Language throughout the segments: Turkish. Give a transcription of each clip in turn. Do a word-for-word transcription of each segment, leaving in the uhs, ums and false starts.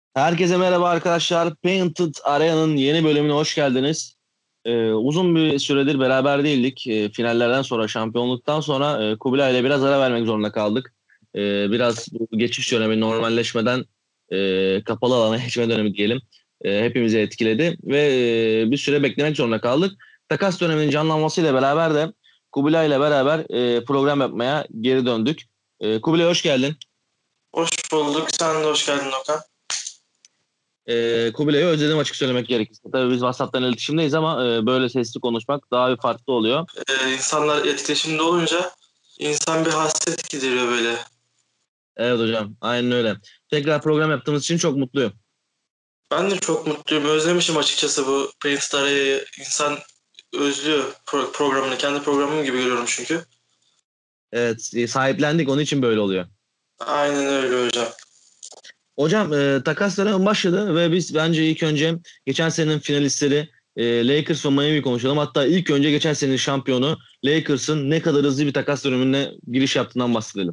Herkese merhaba arkadaşlar. Painted Arena'nın yeni bölümüne hoş geldiniz. Ee, uzun bir süredir beraber değildik. Ee, finallerden sonra, şampiyonluktan sonra e, Kubilay ile biraz ara vermek zorunda kaldık. Ee, biraz bu geçiş dönemi normalleşmeden e, kapalı alana geçme dönemi diyelim. E, hepimizi etkiledi ve e, bir süre beklemek zorunda kaldık. Takas döneminin canlanmasıyla beraber de Kubilay ile beraber e, program yapmaya geri döndük. E, Kubilay hoş geldin. Hoş bulduk. Sen de hoş geldin Okan. E, Kubilay'ı özledim açık söylemek gerekirse. Tabii biz WhatsApp'tan iletişimdeyiz ama e, böyle sesli konuşmak daha bir farklı oluyor. Ee, insanlar etkileşimde olunca insan bir hasret gideriyor böyle. Evet hocam, aynen öyle. Tekrar program yaptığımız için çok mutluyum. Ben de çok mutluyum. Özlemişim açıkçası bu Painted Area'yı. İnsan özlüyor pro- programını. Kendi programım gibi görüyorum çünkü. Evet, e, sahiplendik onun için böyle oluyor. Aynen öyle hocam. Hocam e, takas dönemi başladı ve biz bence ilk önce geçen senenin finalistleri e, Lakers ve Miami konuşalım. Hatta ilk önce geçen senenin şampiyonu Lakers'ın ne kadar hızlı bir takas dönemine giriş yaptığından bahsedelim.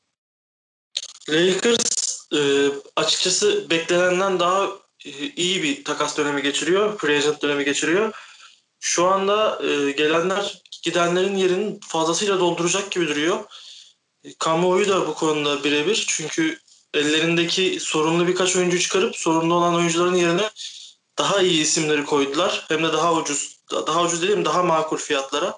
Lakers e, açıkçası beklenenden daha e, iyi bir takas dönemi geçiriyor. Free agent dönemi geçiriyor. Şu anda e, gelenler gidenlerin yerini fazlasıyla dolduracak gibi duruyor. Kamuoyu da bu konuda birebir. Çünkü ellerindeki sorunlu birkaç oyuncu çıkarıp sorunlu olan oyuncuların yerine daha iyi isimleri koydular. Hem de daha ucuz, daha ucuz değil daha makul fiyatlara.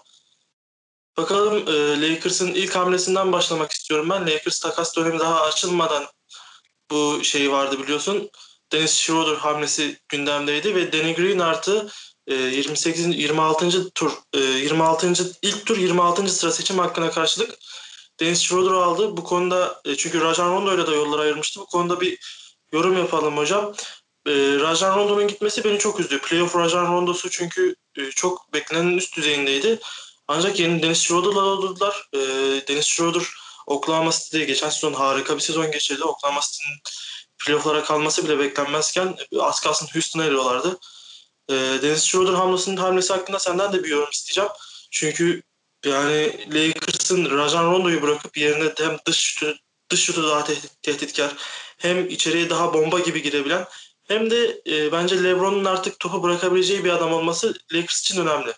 Bakalım e, Lakers'ın ilk hamlesinden başlamak istiyorum ben. Lakers takas dönemi daha açılmadan bu şey vardı biliyorsun. Dennis Schroeder hamlesi gündemdeydi ve Danny Green artı e, yirmi sekiz yirmi altıncı tur e, yirmi altıncı ilk tur yirmi altıncı sıra seçim hakkına karşılık Dennis Schroeder'ı aldı. Bu konuda e, çünkü Rajon Rondo'yla da yollar ayırmıştı. Bu konuda bir yorum yapalım hocam. E, Rajon Rondo'nun gitmesi beni çok üzdü. Playoff Rajon Rondo'su çünkü e, çok beklenenin üst düzeyindeydi. Ancak yeni Dennis Schroeder'la doldurdular. E, Dennis Schroeder Oklahoma City'de geçen sezon harika bir sezon geçirdi. Oklahoma City'nin playoff'lara kalması bile beklenmezken e, az kalsın Houston'a eriyorlardı. E, Dennis Schroeder hamlesinin hamlesi hakkında senden de bir yorum isteyeceğim. Çünkü yani Lakers'ın Rajon Rondo'yu bırakıp yerine hem dış şutu, dış şutu daha tehdit, tehditkar hem içeriye daha bomba gibi girebilen hem de e, bence LeBron'un artık topu bırakabileceği bir adam olması Lakers için önemli.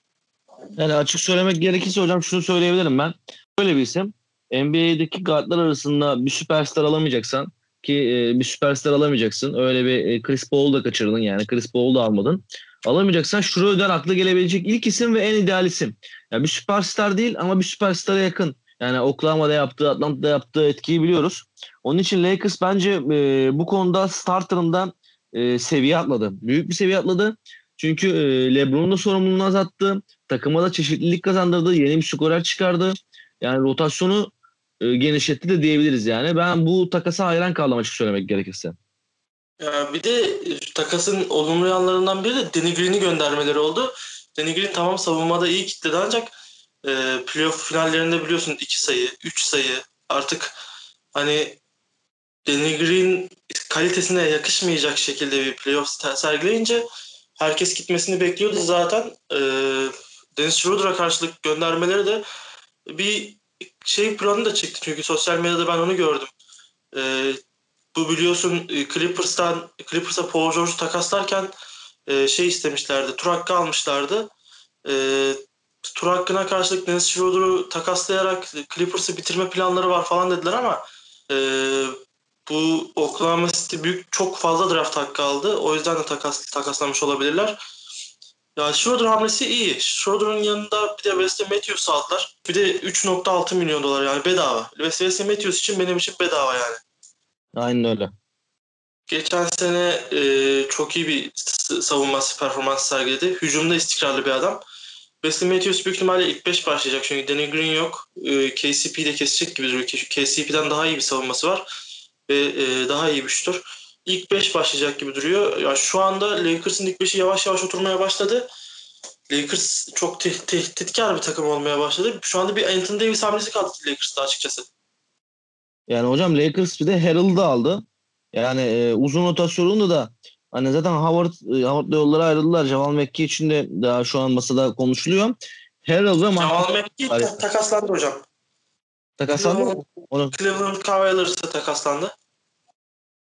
Yani açık söylemek gerekirse hocam şunu söyleyebilirim ben. Böyle bir isim. N B A'deki guardlar arasında bir süperstar alamayacaksan ki e, bir süperstar alamayacaksın. Öyle bir e, Chris Paul'u da kaçırdın yani. Chris Paul'u da almadın. Alamayacaksan Schroeder akla gelebilecek ilk isim ve en ideal isim. Yani bir süperstar değil ama bir süperstara yakın. Yani Oklahoma'da yaptığı, Atlanta'da yaptığı etkiyi biliyoruz. Onun için Lakers bence e, bu konuda starterında e, seviye atladı. Büyük bir seviye atladı. Çünkü e, LeBron'un da sorumluluğunu azalttı. Takıma da çeşitlilik kazandırdı. Yeni bir skorer çıkardı. Yani rotasyonu e, genişletti de diyebiliriz yani. Ben bu takasa hayran kaldım açık söylemek gerekirse. Ya bir de e, takasın olumlu yanlarından biri de Danny Green'i göndermeleri oldu. Danny Green tamam savunmada iyi kitledi ancak e, playoff finallerinde biliyorsun iki sayı, üç sayı artık hani Danny Green kalitesine yakışmayacak şekilde bir playoff sergileyince herkes gitmesini bekliyordu zaten. E, Dennis Schroeder'a karşılık göndermeleri de bir şey planı da çıktı çünkü sosyal medyada ben onu gördüm. E, Bu biliyorsun e, Clippers'tan Clippers'a Paul George'u takaslarken e, şey istemişlerdi. Tur hakkı almışlardı. E, Tur hakkına karşılık Dennis Schroeder'u takaslayarak Clippers'ı bitirme planları var falan dediler ama e, bu Oklahoma City büyük çok fazla draft hakkı aldı. O yüzden de takas, takaslamış olabilirler. Ya Schroeder hamlesi iyi. Schroeder'ın yanında bir de Wesley Matthews'u aldılar. Bir de üç nokta altı milyon dolar yani bedava. Wesley Matthews için benim için bedava yani. Aynen öyle. Geçen sene e, çok iyi bir savunması performans sergiledi. Hücumda istikrarlı bir adam. Wesley Matthews büyük ihtimalle ilk beş başlayacak çünkü Danny Green yok. E, K C P de kesecek gibi duruyor. K C P'den daha iyi bir savunması var ve e, daha iyi bir şutör. İlk beş başlayacak gibi duruyor. Ya şu anda Lakers'ın ilk beşi yavaş yavaş oturmaya başladı. Lakers çok te- tehditkar bir takım olmaya başladı. Şu anda bir Anthony Davis hamlesi kaldı Lakers'ta açıkçası. Yani hocam Lakers bir de Harrell'ı da aldı. Yani e, uzun rotasyonunda da hani zaten Howard, e, Howard'la yollara ayrıldılar. Jamal McKee için de daha şu an masada konuşuluyor. Harrell ve Jamal Marcus McGee var ta- yani. takaslandı hocam. Takaslandı Cleveland, mı? Onu Cleveland Cavaliers'a takaslandı.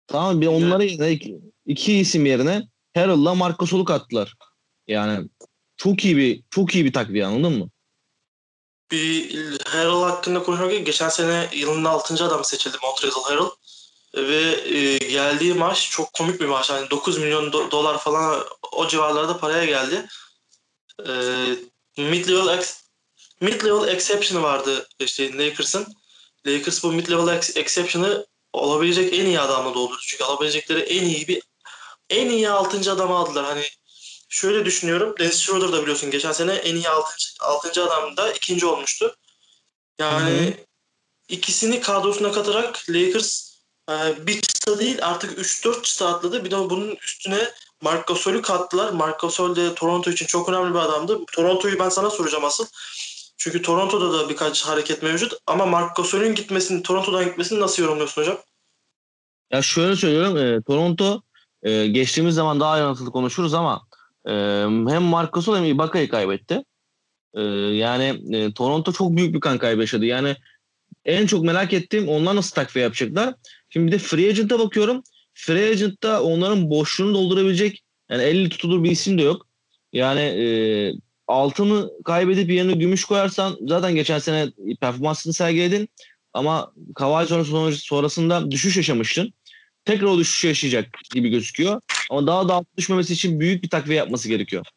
Tamam, bir onlara yerine iki, iki isim yerine Harrell'la Marc Gasol'u kattılar. Yani çok iyi bir çok iyi bir takviye, anladın mı? Bir Harrell hakkında konuşurken geçen sene yılın altıncı adamı seçildi Montrezl Harrell. Ve e, geldiği maaş çok komik bir maaş. Yani dokuz milyon do- dolar falan o civarlarda paraya geldi. E, mid-level, ex- mid-level exception'ı vardı işte Lakers'ın. Lakers bu mid-level ex- exception'ı olabilecek en iyi adamla doldurdu. Çünkü alabilecekleri en iyi bir en iyi altıncı adamı aldılar. Hani şöyle düşünüyorum. Dennis Schroeder da biliyorsun geçen sene en iyi altıncı altıncı adamda ikinci olmuştu. Hı hı. Yani ikisini kadrosuna katarak Lakers e, bir çıta değil artık üç dört çıta atladı. Bir de bunun üstüne Marc Gasol'ü kattılar. Marc Gasol de Toronto için çok önemli bir adamdı. Toronto'yu ben sana soracağım asıl. Çünkü Toronto'da da birkaç hareket mevcut. Ama Marc Gasol'ün gitmesini, Toronto'dan gitmesini nasıl yorumluyorsun hocam? Ya şöyle söylüyorum, e, Toronto e, geçtiğimiz zaman daha ayrıntılı konuşuruz ama e, hem Marc Gasol hem Ibaka'yı kaybetti. E, yani e, Toronto çok büyük bir kan kaybı yaşadı. Yani en çok merak ettiğim onlar nasıl takviye yapacaklar. Şimdi bir de Free Agent'a bakıyorum. Free Agent'ta onların boşluğunu doldurabilecek yani elle tutulur bir isim de yok. Yani e, altını kaybedip yerine gümüş koyarsan zaten geçen sene performansını sergiledin. Ama Kawhi sonrası, sonrasında düşüş yaşamıştın. Tekrar o düşüşü yaşayacak gibi gözüküyor. Ama daha da alt düşmemesi için büyük bir takviye yapması gerekiyor.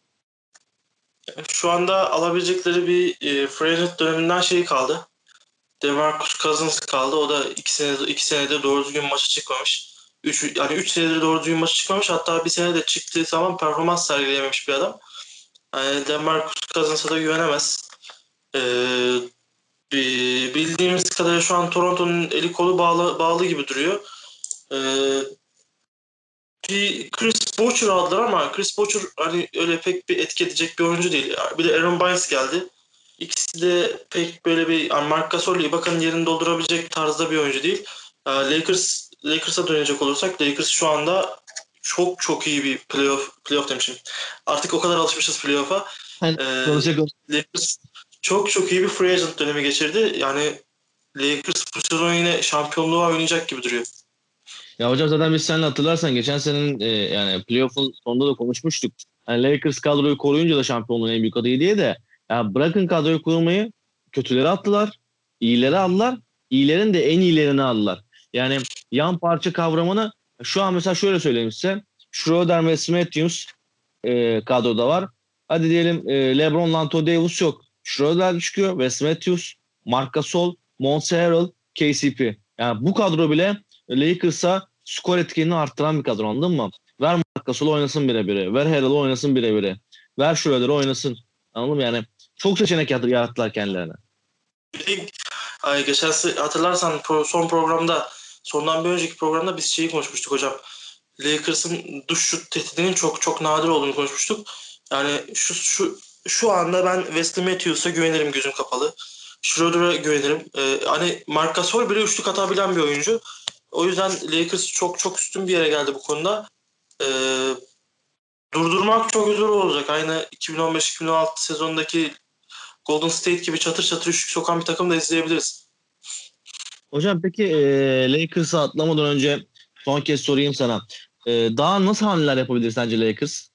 Şu anda alabilecekleri bir e, free agent döneminden şey kaldı. DeMarcus Cousins kaldı. O da iki senedir, iki senedir doğru düzgün maça çıkmamış. Üç, yani üç senedir doğru düzgün maça çıkmamış. Hatta bir sene de çıktığı zaman performans sergileyememiş bir adam. Yani DeMarcus Cousins'a da güvenemez. Ee, bildiğimiz kadarıyla şu an Toronto'nun eli kolu bağlı, bağlı gibi duruyor. Ee, bir Chris Boucher aldılar ama Chris Boucher hani öyle pek bir etki edecek bir oyuncu değil. Bir de Aaron Bynes geldi. İkisi de pek böyle bir yani Marc Gasol ile Ibaka'nın yerini doldurabilecek tarzda bir oyuncu değil. Ee, Lakers Lakers'a dönecek olursak Lakers şu anda çok çok iyi bir playoff playoff demişim. Artık o kadar alışmışız playoff'a. Hani Ee, konuşacak Lakers çok çok iyi bir free agent dönemi geçirdi. Yani Lakers bu sezon yine şampiyonluğa oynayacak gibi duruyor. Ya hocam, zaten biz seninle hatırlarsan geçen senenin e, yani playoff'un sonunda da konuşmuştuk. Yani Lakers kadroyu koruyunca da şampiyonluğun en büyük adayı diye de ya bırakın kadroyu korumayı, kötüleri attılar, iyileri aldılar, iyilerin de en iyilerini aldılar. Yani yan parça kavramını şu an mesela şöyle söyleyeyim size. Schroeder ve Matthews e, kadroda var. Hadi diyelim e, LeBron, Anthony Davis yok. Schroeder çıkıyor, Wes Matthews, Marc Gasol, Montrezl Harrell, K C P. Yani bu kadro bile Lakers'a skor etkinliğini arttıran bir kadro, anladın mı? Ver Marc Gasol oynasın bire bire. Ver Harrell oynasın bire bire. Ver Schroeder oynasın. Anladın mı? Yani çok seçenek yarattılar kendilerine. Bir de, ay, geçen se- hatırlarsan pro- son programda sondan bir önceki programda biz şeyi konuşmuştuk hocam. Lakers'ın duş şut tehdidinin çok çok nadir olduğunu konuşmuştuk. Yani şu şu şu anda ben Wesley Matthews'a güvenirim gözüm kapalı. Schroeder'a güvenirim. Ee, hani Marc Gasol bile üçlük atabilen bir oyuncu. O yüzden Lakers çok çok üstün bir yere geldi bu konuda. Ee, durdurmak çok zor olacak. Aynı iki bin on beş iki bin on altı sezondaki Golden State gibi çatır çatır üçlük sokan bir takım da izleyebiliriz. Hocam peki e, Lakers'a atlamadan önce son kez sorayım sana. E, daha nasıl hamleler yapabilir sence Lakers?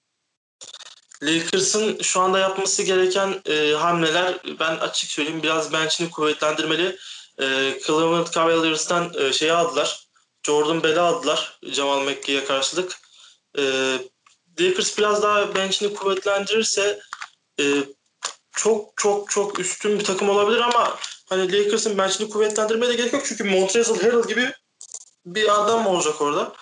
Lakers'ın şu anda yapması gereken e, hamleler ben açık söyleyeyim biraz bench'ini kuvvetlendirmeli. E, Cleveland Cavaliers'tan e, şeyi aldılar. Jordan Bell'i aldılar Jamal McGee'ye karşılık. E, Lakers biraz daha bench'ini kuvvetlendirirse e, çok çok çok üstün bir takım olabilir ama hani Lakers'ın bench'ini kuvvetlendirmeye de gerek yok çünkü Montrezl Harrell gibi bir adam olacak orada.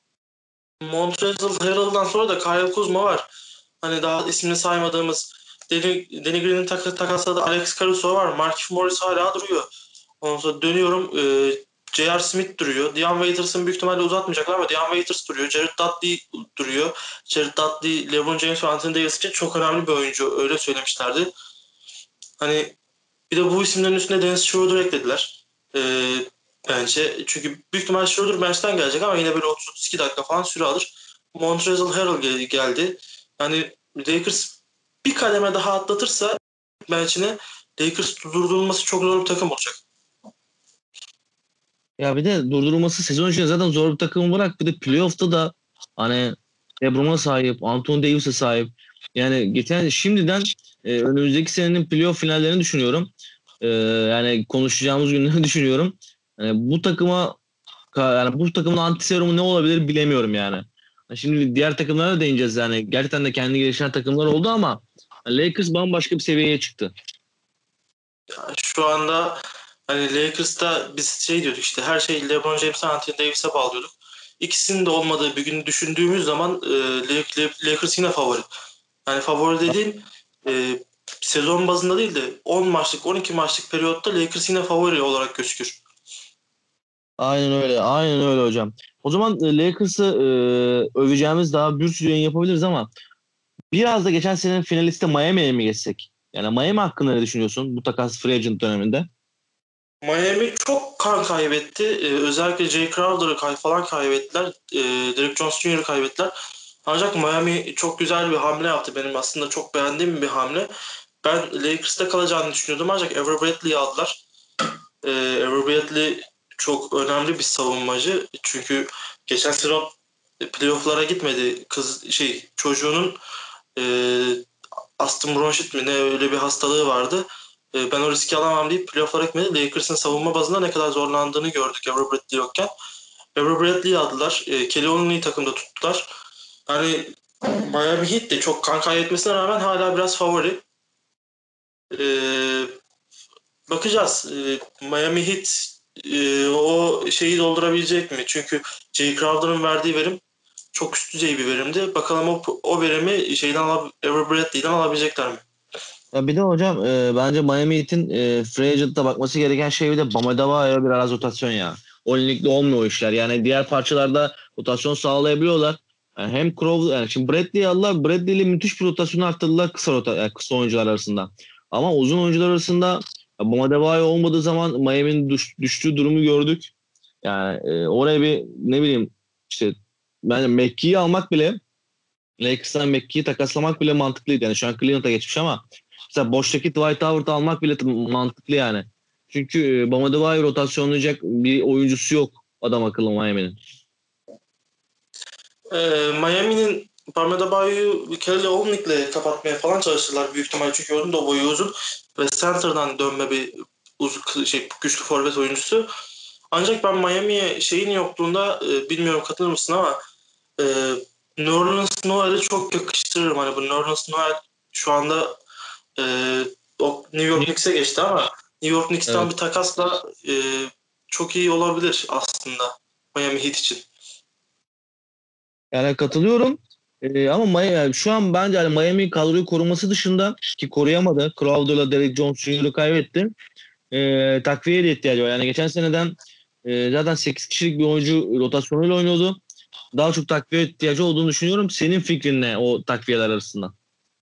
Montrezl Harrell'dan sonra da Kyle Kuzma var. Hani daha ismini saymadığımız Danny, Danny Green'in tak takasladığı Alex Caruso var. Markieff Morris hala duruyor. Ondan sonra dönüyorum. E, J R. Smith duruyor. Dion Waiters'ın büyük ihtimalle uzatmayacaklar ama Dion Waiters duruyor. Jared Dudley duruyor. Jared Dudley, LeBron James ve Anthony Davis için çok önemli bir oyuncu. Öyle söylemişlerdi. Hani bir de bu isimlerin üstüne Dennis Schroeder eklediler. Ee, bence. Çünkü büyük ihtimal Schroeder bench'ten gelecek ama yine böyle otuz otuz iki dakika falan süre alır. Montrezl Harrell gel- geldi. Yani Lakers bir kademe daha atlatırsa bench'ine Lakers durdurulması çok zor bir takım olacak. Ya bir de durdurulması sezon içinde zaten zor bir takımı bırak. Bir de playoff'ta da hani LeBron'a sahip, Anthony Davis'e sahip. Yani geçen şimdiden e, önümüzdeki senenin playoff finallerini düşünüyorum. E, yani konuşacağımız günleri düşünüyorum. Yani bu takıma ka- yani bu takımın antiserumu ne olabilir bilemiyorum yani. Şimdi diğer takımlara da değineceğiz yani. Gerçekten de kendi gelişen takımlar oldu ama Lakers bambaşka bir seviyeye çıktı. Yani şu anda hani Lakers'ta biz şey diyorduk, işte her şeyi LeBron James'e, Anthony Davis'e bağlıyorduk. İkisinin de olmadığı bir gün düşündüğümüz zaman e, Lakers yine favori. Yani favori dediğim e, sezon bazında değil de on maçlık, on iki maçlık periyotta Lakers yine favori olarak gözükür. Aynen öyle. Aynen öyle hocam. O zaman e, Lakers'ı e, öveceğimiz daha bir sürü yayın yapabiliriz ama biraz da geçen senenin finalisti Miami'ye mi geçsek? Yani Miami hakkında ne düşünüyorsun bu takas free agent döneminde? Miami çok kan kaybetti. Ee, özellikle Jay Crowder'ı kay falan kaybettiler. Ee, Derrick Jones Junior'ı kaybettiler. Ancak Miami çok güzel bir hamle yaptı. Benim aslında çok beğendiğim bir hamle. Ben Lakers'ta kalacağını düşünüyordum ancak Avery Bradley'i aldılar. Ee, Avery Bradley çok önemli bir savunmacı. Çünkü geçen sezon playoff'lara gitmedi. Kız şey çocuğunun e, Aston Bronşit mi ne, öyle bir hastalığı vardı. E, ben o riski alamam deyip playoff'lara gitmedi. Lakers'ın savunma bazında ne kadar zorlandığını gördük Avery Bradley yokken. Avery Bradley'i aldılar. E, Kelly Olynyk'ı takımda tuttular. Yani Miami Heat de çok kan kaybetmesine rağmen hala biraz favori. E, bakacağız. E, Miami Heat e, o şeyi doldurabilecek mi? Çünkü Jay Crowder'ın verdiği verim çok üst düzey bir verimdi. Bakalım o, o verimi şeyden alab- Avery Bradley'den alabilecekler mi? Ya bir de hocam e, bence Miami Heat'in e, free agent'ta bakması gereken şey bir de Bam Adebayo'ya biraz rotasyon ya. Olinik'le olmuyor o işler. Yani diğer parçalarda rotasyon sağlayabiliyorlar. Yani hem Crow, yani şimdi Bradley'i aldılar. Bradley'li müthiş bir rotasyonu arttırdılar kısa, rota, yani kısa oyuncular arasında. Ama uzun oyuncular arasında ya Bam Adebayo olmadığı zaman Miami'nin düş, düştüğü durumu gördük. Yani e, oraya bir ne bileyim işte bence McKee'yi almak bile Lakers'tan McKee'yi takaslamak bile mantıklıydı. Yani şu an Cleveland'a geçmiş ama mesela boştaki Dwight Howard'ı almak bile mantıklı yani. Çünkü e, Bam Adebayo rotasyonlayacak bir oyuncusu yok adam akıllı Miami'nin. Ee, Miami'nin Bam Adebayo'yu Kelly Olynyk'le kapatmaya falan çalıştılar büyük ihtimalle, çünkü onun da boyu uzun ve center'dan dönme bir uz- şey güçlü forvet oyuncusu. Ancak ben Miami'ye şeyin yokluğunda e, bilmiyorum katılır mısın ama e, Nerlens Noel'i çok yakıştırırım. Hani bu Nerlens Noel şu anda e, o New York Knicks'e geçti ama New York Knicks'ten Evet. bir takasla e, çok iyi olabilir aslında Miami Heat için. Yani katılıyorum. E, ama Miami, yani şu an bence hani Miami kadroyu koruması dışında ki koruyamadı. Crowder'la Derrick Jones Junior'ı kaybetti. E, takviyeye de ihtiyacı var. Yani geçen seneden e, zaten sekiz kişilik bir oyuncu rotasyonuyla oynuyordu. Daha çok takviye ihtiyacı olduğunu düşünüyorum. Senin fikrin ne o takviyeler arasında?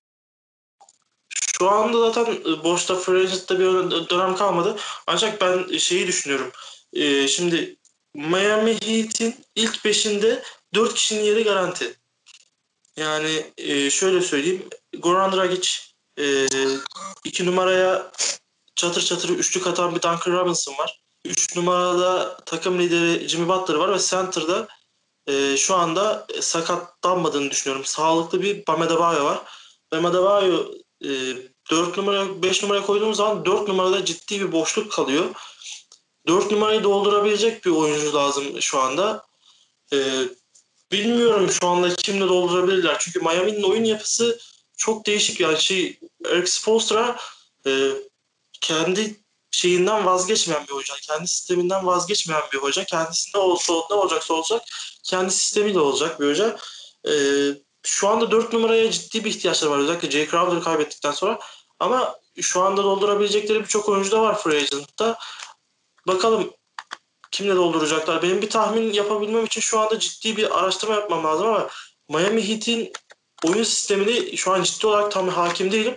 Şu anda zaten e, boşta free agent'ta bir dönem kalmadı. Ancak ben şeyi düşünüyorum. E, şimdi Miami Heat'in ilk beşinde dört kişinin yeri garanti. Yani e, şöyle söyleyeyim. Goran Dragic, e, iki numaraya çatır çatır üçlük atan bir Duncan Robinson var. Üç numarada takım lideri Jimmy Butler var ve center'da e, şu anda sakatlanmadığını düşünüyorum. Sağlıklı bir Bam Adebayo var. Bam Adebayo e, dört numara beş numara koyduğumuz zaman dört numarada ciddi bir boşluk kalıyor. Dört numarayı doldurabilecek bir oyuncu lazım şu anda. E, bilmiyorum şu anda kimle doldurabilirler. Çünkü Miami'nin oyun yapısı çok değişik. Yani şey, Eric Spoelstra e, kendi şeyinden vazgeçmeyen bir hoca. Kendi sisteminden vazgeçmeyen bir hoca. Kendisinde olsa ne olacaksa olacak. Kendi sistemiyle olacak bir hoca. Ee, şu anda dört numaraya ciddi bir ihtiyaçları var. Özellikle Jay Crowder'ı kaybettikten sonra. Ama şu anda doldurabilecekleri birçok oyuncu da var free agent'ta. Bakalım kimle dolduracaklar. Benim bir tahmin yapabilmem için şu anda ciddi bir araştırma yapmam lazım ama Miami Heat'in oyun sistemini şu an ciddi olarak tam hakim değilim.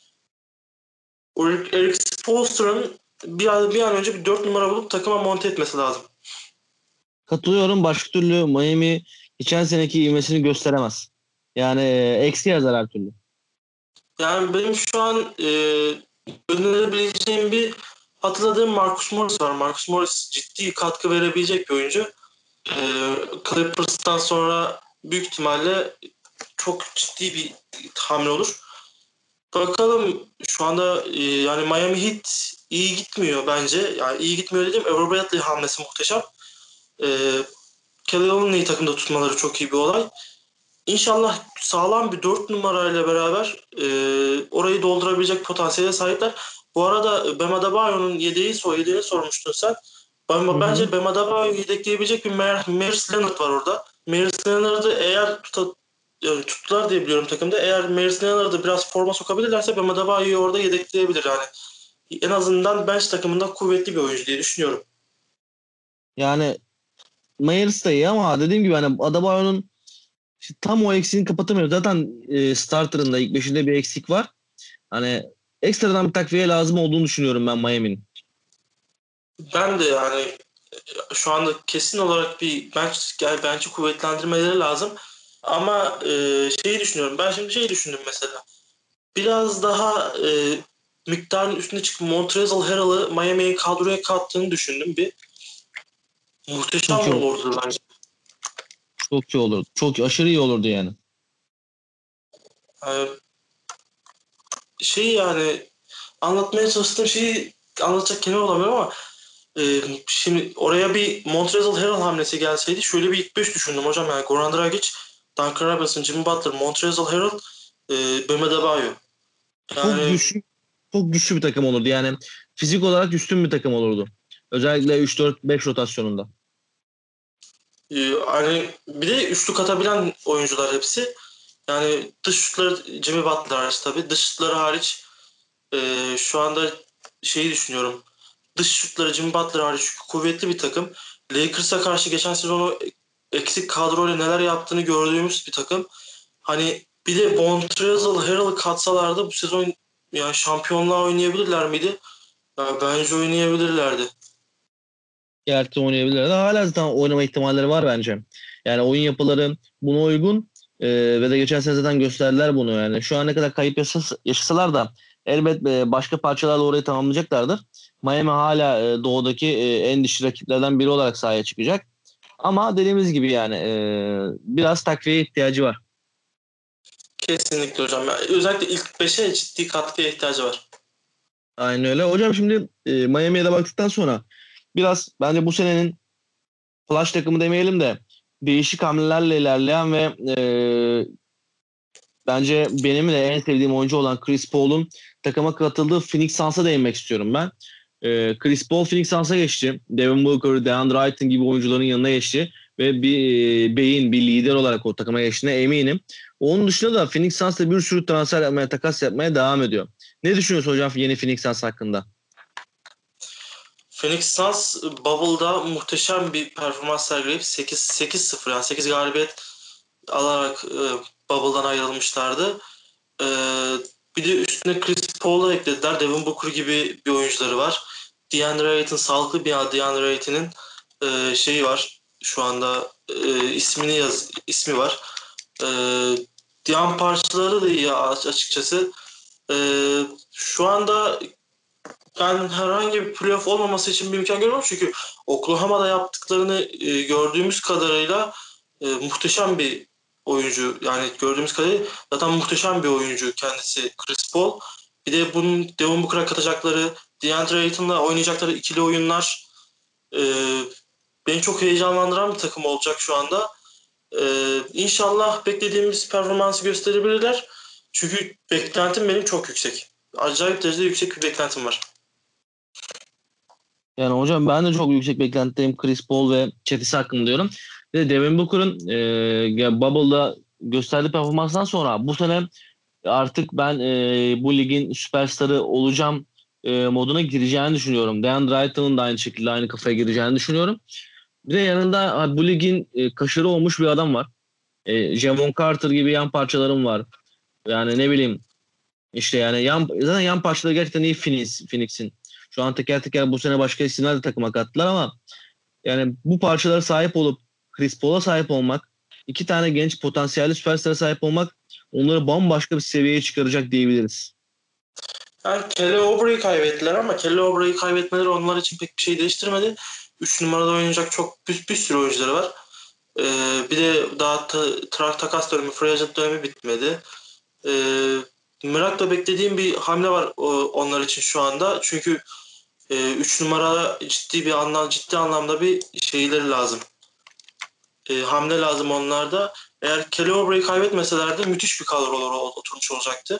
Eric Spoelstra'nın bir an, bir an önce bir dört numara bulup takıma monte etmesi lazım. Katılıyorum. Başka türlü Miami geçen seneki ivmesini gösteremez. Yani e, eksi yazar her türlü. Yani benim şu an e, önerebileceğim bir hatırladığım Marcus Morris var. Marcus Morris ciddi katkı verebilecek bir oyuncu. Ee, Clippers'tan sonra büyük ihtimalle çok ciddi bir hamle olur. Bakalım şu anda e, yani Miami Heat iyi gitmiyor bence. Yani iyi gitmiyor dedim. Avery Bradley hamlesi muhteşem. Ee, Kelly Olyny'yi takımda tutmaları çok iyi bir olay. İnşallah sağlam bir dört numarayla beraber e, orayı doldurabilecek potansiyele sahipler. Bu arada Bam Adebayo'nun yedeği, so yedeğini sormuştun sen. Ben, Hı hı. bence Bam Adebayo'yu yedekleyebilecek bir Myers Leonard var orada. Myers Leonard'ı eğer tuta, yani tuttular diye biliyorum takımda. Eğer Myers Leonard'ı biraz forma sokabilirlerse Bam Adebayo'yu orada yedekleyebilir yani. En azından bench takımından kuvvetli bir oyuncu diye düşünüyorum. Yani Myers da iyi ama dediğim gibi hani Adebayo'nun tam o eksiğini kapatamıyor. Zaten e, starter'ında ilk beşinde bir eksik var. Hani ekstradan bir takviye lazım olduğunu düşünüyorum ben Miami'nin. Ben de yani şu anda kesin olarak bir bench, yani bench'i kuvvetlendirmeleri lazım. Ama e, şeyi düşünüyorum. Ben şimdi şeyi düşündüm mesela. Biraz daha e, miktarın üstüne çıkıp Montrezl Harrell'ı Miami'ye kadroya kattığını düşündüm bir. Çok Muhteşem iyi olur. olurdu bence. Çok iyi olurdu. Çok aşırı iyi olurdu yani. Yani şey yani anlatmaya çalıştığım şeyi anlatacak kelime olamıyorum ama e, şimdi oraya bir Montrezl Harrell hamlesi gelseydi şöyle bir ilk beş düşündüm hocam. Yani Goran Dragic, Duncan Robinson, Jimmy Butler, Montrezl Harrell, e, Bam Adebayo. Çok Yani güçlü çok güçlü bir takım olurdu. Yani fizik olarak üstün bir takım olurdu. Özellikle üç dört beş rotasyonunda. e, hani bir de üçlük atabilen oyuncular hepsi. Yani dış şutları Jimmy Butler hariç tabii. Dış şutları hariç e, şu anda şeyi düşünüyorum. Dış şutları Jimmy Butler hariç kuvvetli bir takım. Lakers'a karşı geçen sezonu eksik kadroyla neler yaptığını gördüğümüz bir takım. Hani bir de Montrezl Harrell'ı katsalardı bu sezon yani şampiyonluğa oynayabilirler miydi? Ya bence oynayabilirlerdi. Gerçi oynayabilirler. Hala zaten oynama ihtimalleri var bence. Yani oyun yapıları buna uygun e, ve de geçen sene zaten gösterdiler bunu yani. Şu an ne kadar kayıp yaşas- yaşasalar da elbet e, başka parçalarla orayı tamamlayacaklardır. Miami hala e, doğudaki e, en dişli rakiplerden biri olarak sahaya çıkacak. Ama dediğimiz gibi yani e, biraz takviye ihtiyacı var. Kesinlikle hocam. Yani özellikle ilk beşe ciddi katkıya ihtiyacı var. Aynen öyle. Hocam şimdi e, Miami'ye de baktıktan sonra biraz bence bu senenin flash takımı demeyelim de değişik hamlelerle ilerleyen ve e, bence benim de en sevdiğim oyuncu olan Chris Paul'un takıma katıldığı Phoenix Suns'a değinmek istiyorum ben. E, Chris Paul Phoenix Suns'a geçti. Devin Booker, DeAndre Ayton gibi oyuncuların yanına geçti ve bir e, beyin, bir lider olarak o takıma geçtiğine eminim. Onun dışında da Phoenix Suns'ta bir sürü transfer yapmaya, takas yapmaya devam ediyor. Ne düşünüyorsun hocam yeni Phoenix Suns hakkında? Phoenix Suns Bubble'da muhteşem bir performans sergileyip sekiz sıfır yani sekiz galibiyet alarak e, Bubble'dan ayrılmışlardı. E, bir de üstüne Chris Paul'u eklediler. Devin Booker gibi bir oyuncuları var. DeAndre Ayton sağlıklı bir DeAndre Ayton'in e, şeyi var. Şu anda e, ismini yaz ismi var. E, Diğer parçaları da iyi açıkçası. E, şu anda ben herhangi bir playoff olmaması için bir imkan görmüyorum. Çünkü Oklahoma'da yaptıklarını e, gördüğümüz kadarıyla e, muhteşem bir oyuncu. Yani gördüğümüz kadarıyla zaten muhteşem bir oyuncu kendisi Chris Paul. Bir de bunun Devin Booker'a katacakları, DeAndre Ayton'la oynayacakları ikili oyunlar e, beni çok heyecanlandıran bir takım olacak şu anda. E, İnşallah beklediğimiz performansı gösterebilirler. Çünkü beklentim benim çok yüksek. Acayip derecede yüksek bir beklentim var. Yani hocam ben de çok yüksek beklentideyim Chris Paul ve çetesi hakkında diyorum. Bir de Devin Booker'ın e, Bubble'da gösterdiği performanstan sonra bu sene artık ben e, bu ligin süperstarı olacağım e, moduna gireceğini düşünüyorum. DeAndre Ayton'un da aynı şekilde aynı kafaya gireceğini düşünüyorum. Bir de yanında ha, bu ligin e, kaşarı olmuş bir adam var. E, Javon Carter gibi yan parçalarım var. Yani ne bileyim işte yani yan, zaten yan parçaları gerçekten iyi Phoenix, Phoenix'in. Şu an teker teker bu sene başka isimler de takıma kattılar ama yani bu parçalara sahip olup Chris Paul'a sahip olmak, iki tane genç potansiyelli süperstara sahip olmak onları bambaşka bir seviyeye çıkaracak diyebiliriz. Yani Kelly Oubre'yi kaybettiler ama Kelly Oubre'yi kaybetmeleri onlar için pek bir şey değiştirmedi. üç numarada oynayacak çok bir, bir sürü oyuncuları var. Ee, bir de daha ta, ta, takas dönemi, free agent dönemi bitmedi. Ee, Merakla beklediğim bir hamle var o, onlar için şu anda. Çünkü üç numara ciddi bir anlam ciddi anlamda bir şeyleri lazım. E, hamle lazım onlarda. Eğer Kelly Oubre'yi kaybetmeselerdi müthiş bir kadrolar oturmuş olacaktı.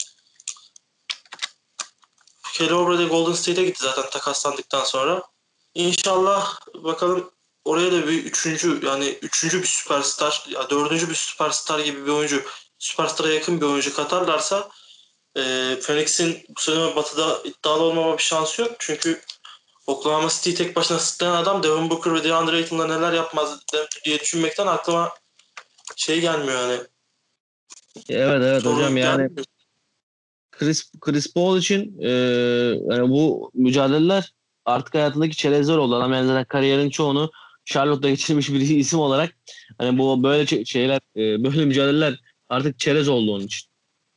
Kelly Oubre de Golden State'e gitti zaten takaslandıktan sonra. İnşallah bakalım oraya da bir üçüncü yani üçüncü bir süperstar ya dördüncü bir süperstar gibi bir oyuncu süperstara yakın bir oyuncu katarlarsa e, Phoenix'in bu sene Batı'da iddialı olmama bir şansı yok. Çünkü Oklahoma City'yi tek başına sırtlayan adam Devin Booker ve DeAndre Ayton'la neler yapmaz diye düşünmekten aklıma şey gelmiyor yani. Evet evet hocam Soru yani gelmiyor. Chris, Chris Paul için e, yani bu mücadeleler artık hayatındaki çerezler oldu. Adam yani zaten kariyerin çoğunu Charlotte'da geçirmiş bir isim olarak hani bu böyle çe- şeyler e, böyle mücadeleler artık çerez oldu onun için.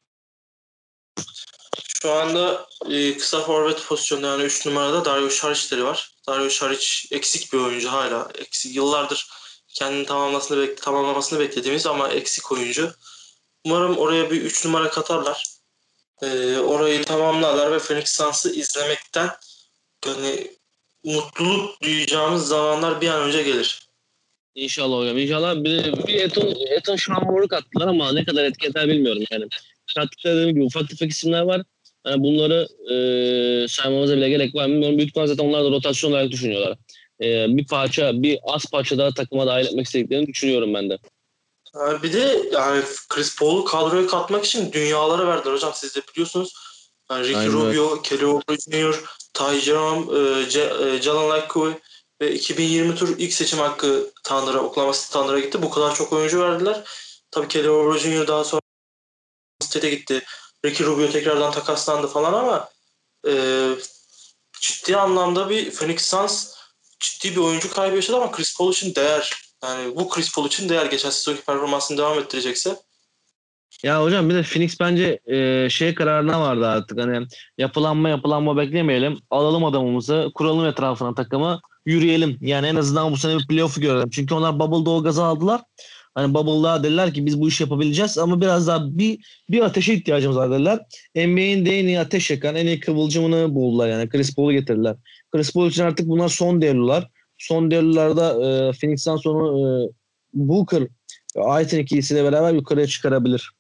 Şu anda e, kısa forvet pozisyonunda yani üç numarada Dario Saric'leri var. Dario Saric eksik bir oyuncu hala. Eksik yıllardır kendini tamamlamasını, bek tamamlamasını beklediğimiz ama eksik oyuncu. Umarım oraya bir üç numara katarlar. E, orayı tamamlarlar ve Phoenix Suns'ı izlemekten yani mutluluk duyacağımız zamanlar bir an önce gelir. İnşallah hocam. İnşallah bir, bir Eton, Eton Şanvor'u kattılar ama ne kadar etki eder bilmiyorum. Yani kattıkları dediğim gibi ufak tefek isimler var. Yani bunları e, saymamıza bile gerek var mı bilmiyorum. Büyük ihtimalle zaten onlar da rotasyon olarak düşünüyorlar. E, bir parça, bir az parça daha takıma dahil etmek istediklerini düşünüyorum ben de. Yani bir de yani Chris Paul'u kadroya katmak için dünyalara verdiler hocam. Siz de biliyorsunuz. Yani Ricky Aynen öyle. Rubio, Kelly Oubre Junior, Ty Jerome, e, C- e, Jalen Lacroix ve iki bin yirmi tur ilk seçim hakkı Thunder'a, Oklahoma City Thunder'a gitti. Bu kadar çok oyuncu verdiler. Tabii Kelly Oubre Junior daha sonra State'e gitti. Ricky Rubio tekrardan takaslandı falan ama e, ciddi anlamda bir Phoenix Suns ciddi bir oyuncu kaybı yaşadı ama Chris Paul için değer. Yani bu Chris Paul için değer. Geçen sezonki performansını devam ettirecekse. Ya hocam bir de Phoenix bence e, şey kararına vardı artık. Hani yapılanma yapılanma beklemeyelim. Alalım adamımızı, kuralım etrafına takımı, yürüyelim. Yani en azından bu sene bir playoff'u görelim. Çünkü onlar Bubble'da o gazı aldılar. Hani Bubble'da dediler ki biz bu işi yapabileceğiz ama biraz daha bir bir ateşe ihtiyacımız var dediler. N B A'in de en iyi ateş yakan, en iyi kıvılcımını buldular yani. Chris Paul'u getirdiler. Chris Paul için artık bunlar son devlular. Son devlularda e, Phoenix'ten sonra e, Booker, Ayton ikilisiyle beraber yukarıya çıkarabilir.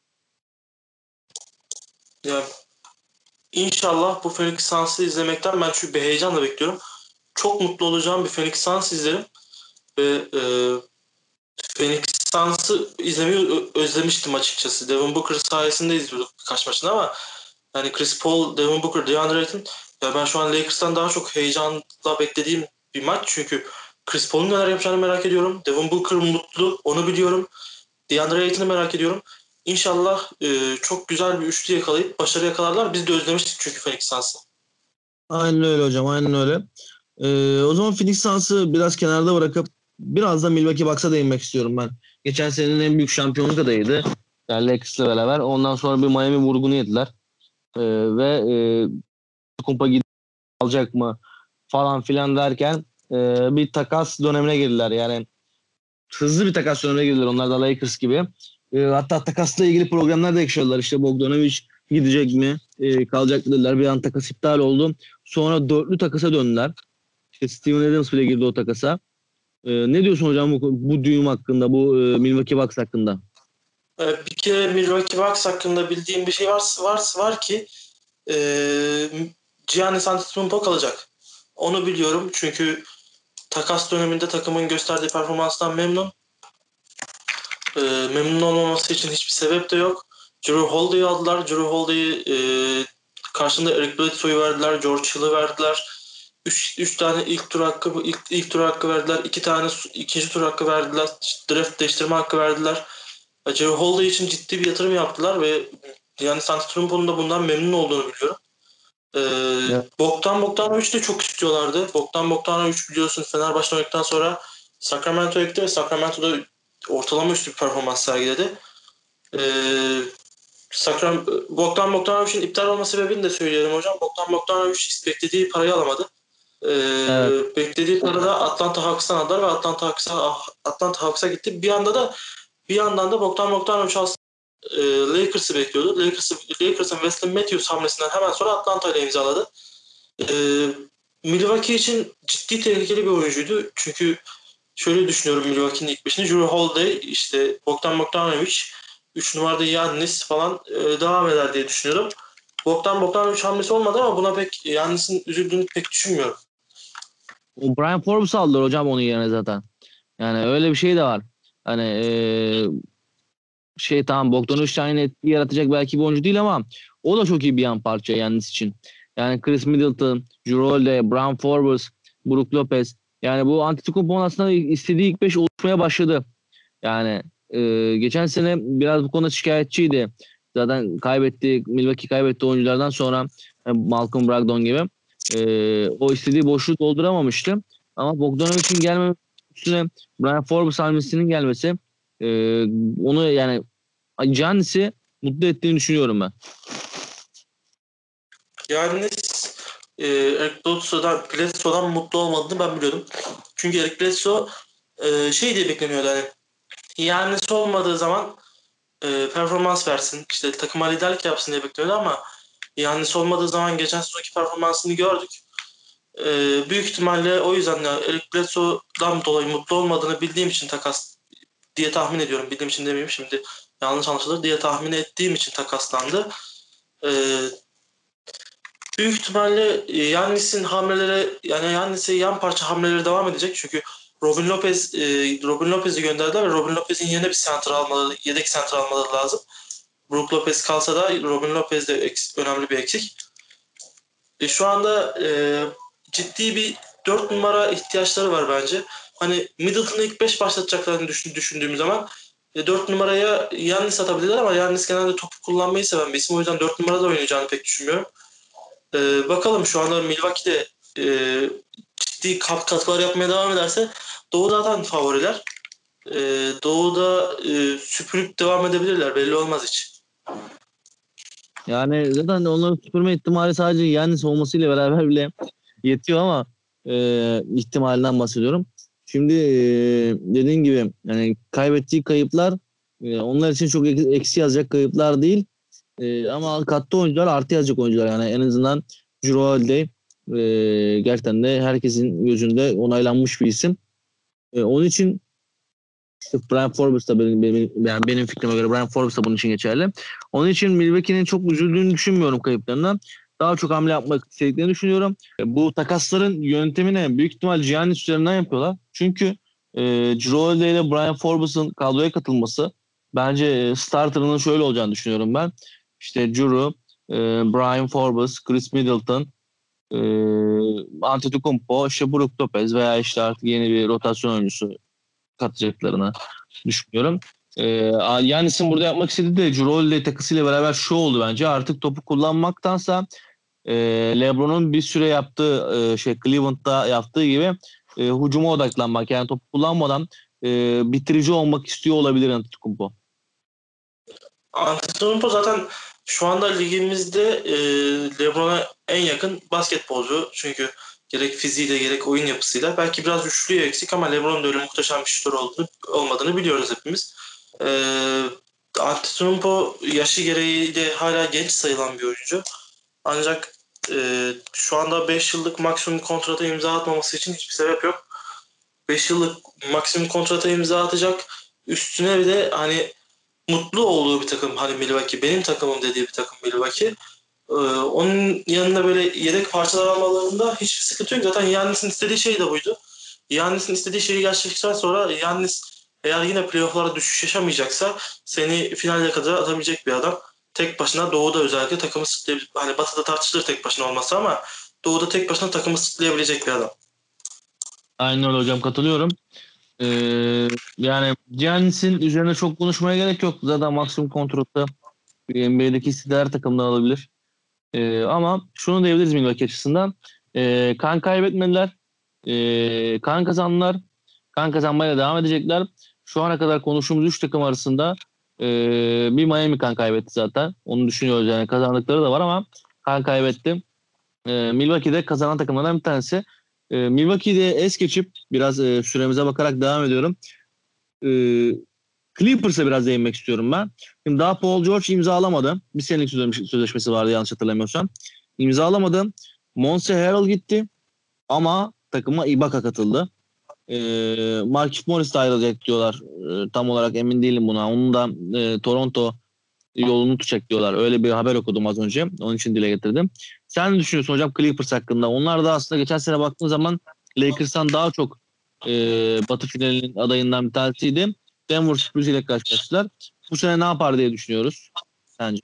Ya İnşallah bu Phoenix Suns'ı izlemekten ben çünkü bir heyecanla bekliyorum. Çok mutlu olacağım bir Phoenix Suns izlerim. Ve e, Phoenix Suns'ı izlemeyi özlemiştim açıkçası. Devin Booker sayesinde izliyorduk birkaç maçını ama yani Chris Paul, Devin Booker, DeAndre Ayton ya ben şu an Lakers'tan daha çok heyecanla beklediğim bir maç. Çünkü Chris Paul'un neler yapacağını merak ediyorum. Devin Booker mutlu, onu biliyorum. DeAndre Ayton'u merak ediyorum. İnşallah e, çok güzel bir üçlü yakalayıp başarı yakalarlar. Biz de özlemiştik çünkü Phoenix Suns'ı. Aynen öyle hocam, aynen öyle. Ee, o zaman Phoenix Suns'ı biraz kenarda bırakıp biraz da Milwaukee Bucks'a değinmek istiyorum ben. Geçen senenin en büyük şampiyonluk adayıydı. Yani Lakers'la beraber. Ondan sonra bir Miami vurgunu yediler. Ee, ve e, Kumpa alacak mı falan filan derken e, bir takas dönemine girdiler. Yani hızlı bir takas dönemine girdiler. Onlar da Lakers gibi. E, hatta takasla ilgili programlar da yaşadılar. İşte Bogdanovic gidecek mi? E, kalacak mı dediler. Bir an takas iptal oldu. Sonra dörtlü takasa döndüler. İşte Steven Adams bile girdi o takasa. E, ne diyorsun hocam bu, bu düğüm hakkında, bu e, Milwaukee Bucks hakkında? Ee, Bir kere Milwaukee Bucks hakkında bildiğim bir şey var, var, var ki e, Giannis Antetokounmpo kalacak. Onu biliyorum çünkü takas döneminde takımın gösterdiği performanstan memnun. E, memnun olmaması için hiçbir sebep de yok. Drew Holiday'i aldılar. Drew Holiday'i e, karşında Eric Bledsoe'yu verdiler. George Hill'ı verdiler. Üç, üç tane ilk tur hakkı ilk, ilk tur hakkı verdiler. İki tane ikinci tur hakkı verdiler. Draft değiştirme hakkı verdiler. Drew Holiday için ciddi bir yatırım yaptılar ve yani Antetokounmpo'nun da bundan memnun olduğunu biliyorum. Ee, Evet. Bogdan Bogdanovic de çok istiyorlardı. Bogdan Bogdanovic biliyorsun Fenerbahçe'den oynadıktan sonra Sacramento'ya gitti ve Sacramento'da ortalama üstü bir performans sergiledi. Ee, Sakram Bogdan Bogdanovic'in iptal olma sebebini de söyleyelim hocam. Bogdan Bogdanovic beklediği parayı alamadı. Evet. Ee, beklediği parada Atlanta Hawks'tan aldılar ve Atlanta Hawks'a Atlanta Hawks'a gitti. Bir anda da bir yandan da Bogdan Bogdanovic aslında e, Lakers'ı bekliyordu. Lakers'ı, Lakers'ın Wesley Matthews hamlesinden hemen sonra Atlanta ile imzaladı. Ee, Milwaukee için ciddi tehlikeli bir oyuncuydu. Çünkü şöyle düşünüyorum Milwaukee'nin ilk beşini. Jrue Holiday, işte Bogdan Bogdanovic, üç numarada Giannis falan e, devam eder diye düşünüyorum. Bogdan Bogdanovic hamlesi olmadı ama buna pek Giannis'in üzüldüğünü pek düşünmüyorum. O Brian Forbes aldılar hocam onun yerine zaten. Yani öyle bir şey de var. Hani ee, şey tamam Bogdanovic aynı etki yaratacak belki bir oyuncu değil ama o da çok iyi bir yan parça Giannis için. Yani Chris Middleton, Jrue Holiday, Brian Forbes, Brook Lopez. Yani bu Antetokounmpo'nun aslında istediği ilk beş oluşmaya başladı. Yani e, geçen sene biraz bu konuda şikayetçiydi. Zaten kaybetti, Milwaukee kaybetti oyunculardan sonra e, Malcolm Brogdon gibi. E, o istediği boşluğu dolduramamıştı. Ama Bogdanovic'in gelmesi üstüne Brian Forbes hamlesinin gelmesi e, onu yani Giannis'i mutlu ettiğini düşünüyorum ben. Giannis e, Eric Bledsoe'dan, Bledsoe'dan mutlu olmadığını ben biliyordum. Çünkü Eric Bledsoe e, şey diye bekleniyordu hani. Giannis olmadığı zaman e, performans versin, işte takıma liderlik yapsın diye bekleniyordu ama Giannis olmadığı zaman geçen sezonki performansını gördük. E, büyük ihtimalle o yüzden de Eric Bledsoe'dan dolayı mutlu olmadığını bildiğim için takas diye tahmin ediyorum. Bildiğim için demeyeyim şimdi, yanlış anlaşılır diye tahmin ettiğim için takaslandı. E, büyük ihtimalle Yannis'in hamleleri, yani Yannis'e yan parça hamleleri devam edecek. Çünkü Robin Lopez e, Robin Lopez'i gönderdiler ve Robin Lopez'in yerine bir center almaları, yedek center almaları lazım. Brook Lopez kalsa da Robin Lopez de eks, önemli bir eksik. E, şu anda e, ciddi bir dört numara ihtiyaçları var bence. Hani Middleton'ı ilk beş başlatacaklarını düşün, düşündüğüm zaman e, dört numaraya Yannis atabilirler ama Yannis genelde topu kullanmayı seven bir isim. O yüzden dört numarada oynayacağını pek düşünmüyorum. E, bakalım şu anda Milwaukee'de e, ciddi kat katkılar yapmaya devam ederse Doğu zaten favoriler. E, Doğu'da e, süpürüp devam edebilirler. Belli olmaz hiç. Yani zaten onların süpürme ihtimali sadece Giannis olmasıyla beraber bile yetiyor ama e, ihtimalinden bahsediyorum. Şimdi e, dediğin gibi yani kaybettiği kayıplar e, onlar için çok eksi yazacak kayıplar değil. E, ama kattığı oyuncular artı yazacak oyuncular. Yani en azından Jrue Holiday e, gerçekten de herkesin gözünde onaylanmış bir isim. E, onun için işte Brian Forbes da benim, benim, yani benim fikrime göre Brian Forbes da bunun için geçerli. Onun için Milwaukee'nin çok üzüldüğünü düşünmüyorum kayıplarından. Daha çok hamle yapmak istediklerini düşünüyorum. Bu takasların yöntemini büyük ihtimal Giannis üzerinden yapıyorlar. Çünkü e, Jrue Holiday ile Brian Forbes'ın kadroya katılması bence e, starterının şöyle olacağını düşünüyorum ben. İşte Jrue, e, Brian Forbes, Chris Middleton, e, Antetokounmpo, işte Brook Lopez veya işte artık yeni bir rotasyon oyuncusu katacaklarını düşünüyorum. Ee, Yannis'in burada yapmak istediği de Jrue Holiday takısıyla beraber şu oldu bence. Artık topu kullanmaktansa e, LeBron'un bir süre yaptığı e, şey Cleveland'da yaptığı gibi e, hücuma odaklanmak. Yani topu kullanmadan e, bitirici olmak istiyor olabilir Antetokounmpo. Antetokounmpo zaten şu anda ligimizde e, LeBron'a en yakın basketbolcu. Çünkü gerek fiziğiyle gerek oyun yapısıyla belki biraz üçlüye eksik ama LeBron'un da öyle muhteşem bir şutör olduğunu, olmadığını biliyoruz hepimiz. E, Antetokounmpo yaşı gereği de hala genç sayılan bir oyuncu. Ancak e, şu anda beş yıllık maksimum kontrata imza atmaması için hiçbir sebep yok. beş yıllık maksimum kontrata imza atacak. Üstüne bir de hani mutlu olduğu bir takım hani Milwaukee, benim takımım dediği bir takım Milwaukee. Ee, onun yanında böyle yedek parçalar almalarında hiçbir sıkıntı yok. Zaten Yannis'in istediği şey de buydu. Yannis'in istediği şeyi gerçekleştikten sonra Yannis eğer yine playoff'lara düşüş yaşamayacaksa seni finale kadar atabilecek bir adam. Tek başına Doğu'da özellikle takımı sırtlayabilir. Hani Batı'da tartışılır tek başına olması ama Doğu'da tek başına takımı sırtlayabilecek bir adam. Aynen öyle hocam, katılıyorum. Ee, yani Giannis'in üzerine çok konuşmaya gerek yok. Zaten maksimum kontratı N B A'deki istediği takımdan alabilir. Ee, ama şunu diyebiliriz Milwaukee açısından. Ee, kan kaybetmediler. Ee, kan kazandılar. Kan kazanmaya devam edecekler. Şu ana kadar konuştuğumuz üç takım arasında e, bir Miami kan kaybetti zaten. Onu düşünüyoruz yani kazandıkları da var ama kan kaybetti. E, Milwaukee'de kazanan takımlardan bir tanesi. E, Milwaukee'de es geçip biraz e, süremize bakarak devam ediyorum. E, Clippers'a biraz değinmek istiyorum ben. Şimdi daha Paul George imzalamadı. Bir senelik sözleşmesi vardı yanlış hatırlamıyorsam. İmzalamadı. Monse Harrell gitti ama takıma Ibaka katıldı. E, Markieff Morris de ayrılacak diyorlar. E, tam olarak emin değilim buna. Onun da e, Toronto yolunu tutacak diyorlar. Öyle bir haber okudum az önce. Onun için dile getirdim. Sen ne düşünüyorsun hocam Clippers hakkında? Onlar da aslında geçen sene baktığın zaman Lakers'tan daha çok e, Batı finalinin adayından bir tanesiydi. Denver Spurs ile karşılaştılar. Bu sene ne yapar diye düşünüyoruz sence?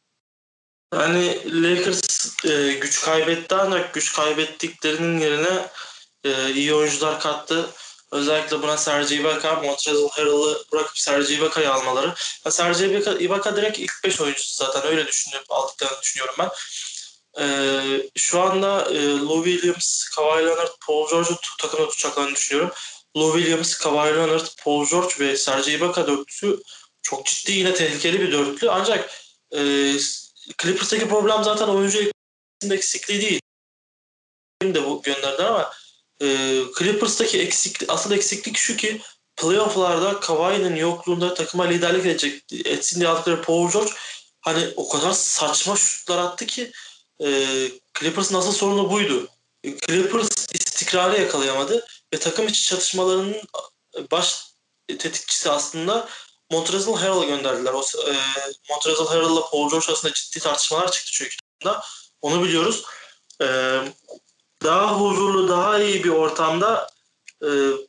Yani Lakers e, güç kaybetti ancak güç kaybettiklerinin yerine e, iyi oyuncular kattı. Özellikle buna Serge Ibaka, Montrezl Harrell'ı bırakıp Serge Ibaka'yı almaları. Ya Serge Ibaka, Ibaka direkt ilk beş oyuncusu zaten öyle düşünüp aldıklarını düşünüyorum ben. E, şu anda e, Lou Williams, Kawhi Leonard, Paul George'u takımda tutacaklarını düşünüyorum. Lou Williams, Kawhi Leonard, Paul George ve Serge Ibaka dörtlüsü çok ciddi yine tehlikeli bir dörtlü. Ancak e, Clippers'taki problem zaten oyuncu eksikliği değil. Benim de bu gönderdiler ama e, Clippers'taki eksiklik, asıl eksiklik şu ki playoff'larda Kawhi'nin yokluğunda takıma liderlik edecek, etsin diye aldıkları Paul George hani o kadar saçma şutlar attı ki e, Clippers'ın asıl sorunu buydu. E, Clippers istikrarı yakalayamadı ve takım içi çatışmalarının baş tetikçisi aslında Montrezl Harrell'ı gönderdiler. O, e, Montrezl Harrell'la Paul George arasında ciddi tartışmalar çıktı çünkü. Onu biliyoruz. E, daha huzurlu, daha iyi bir ortamda e,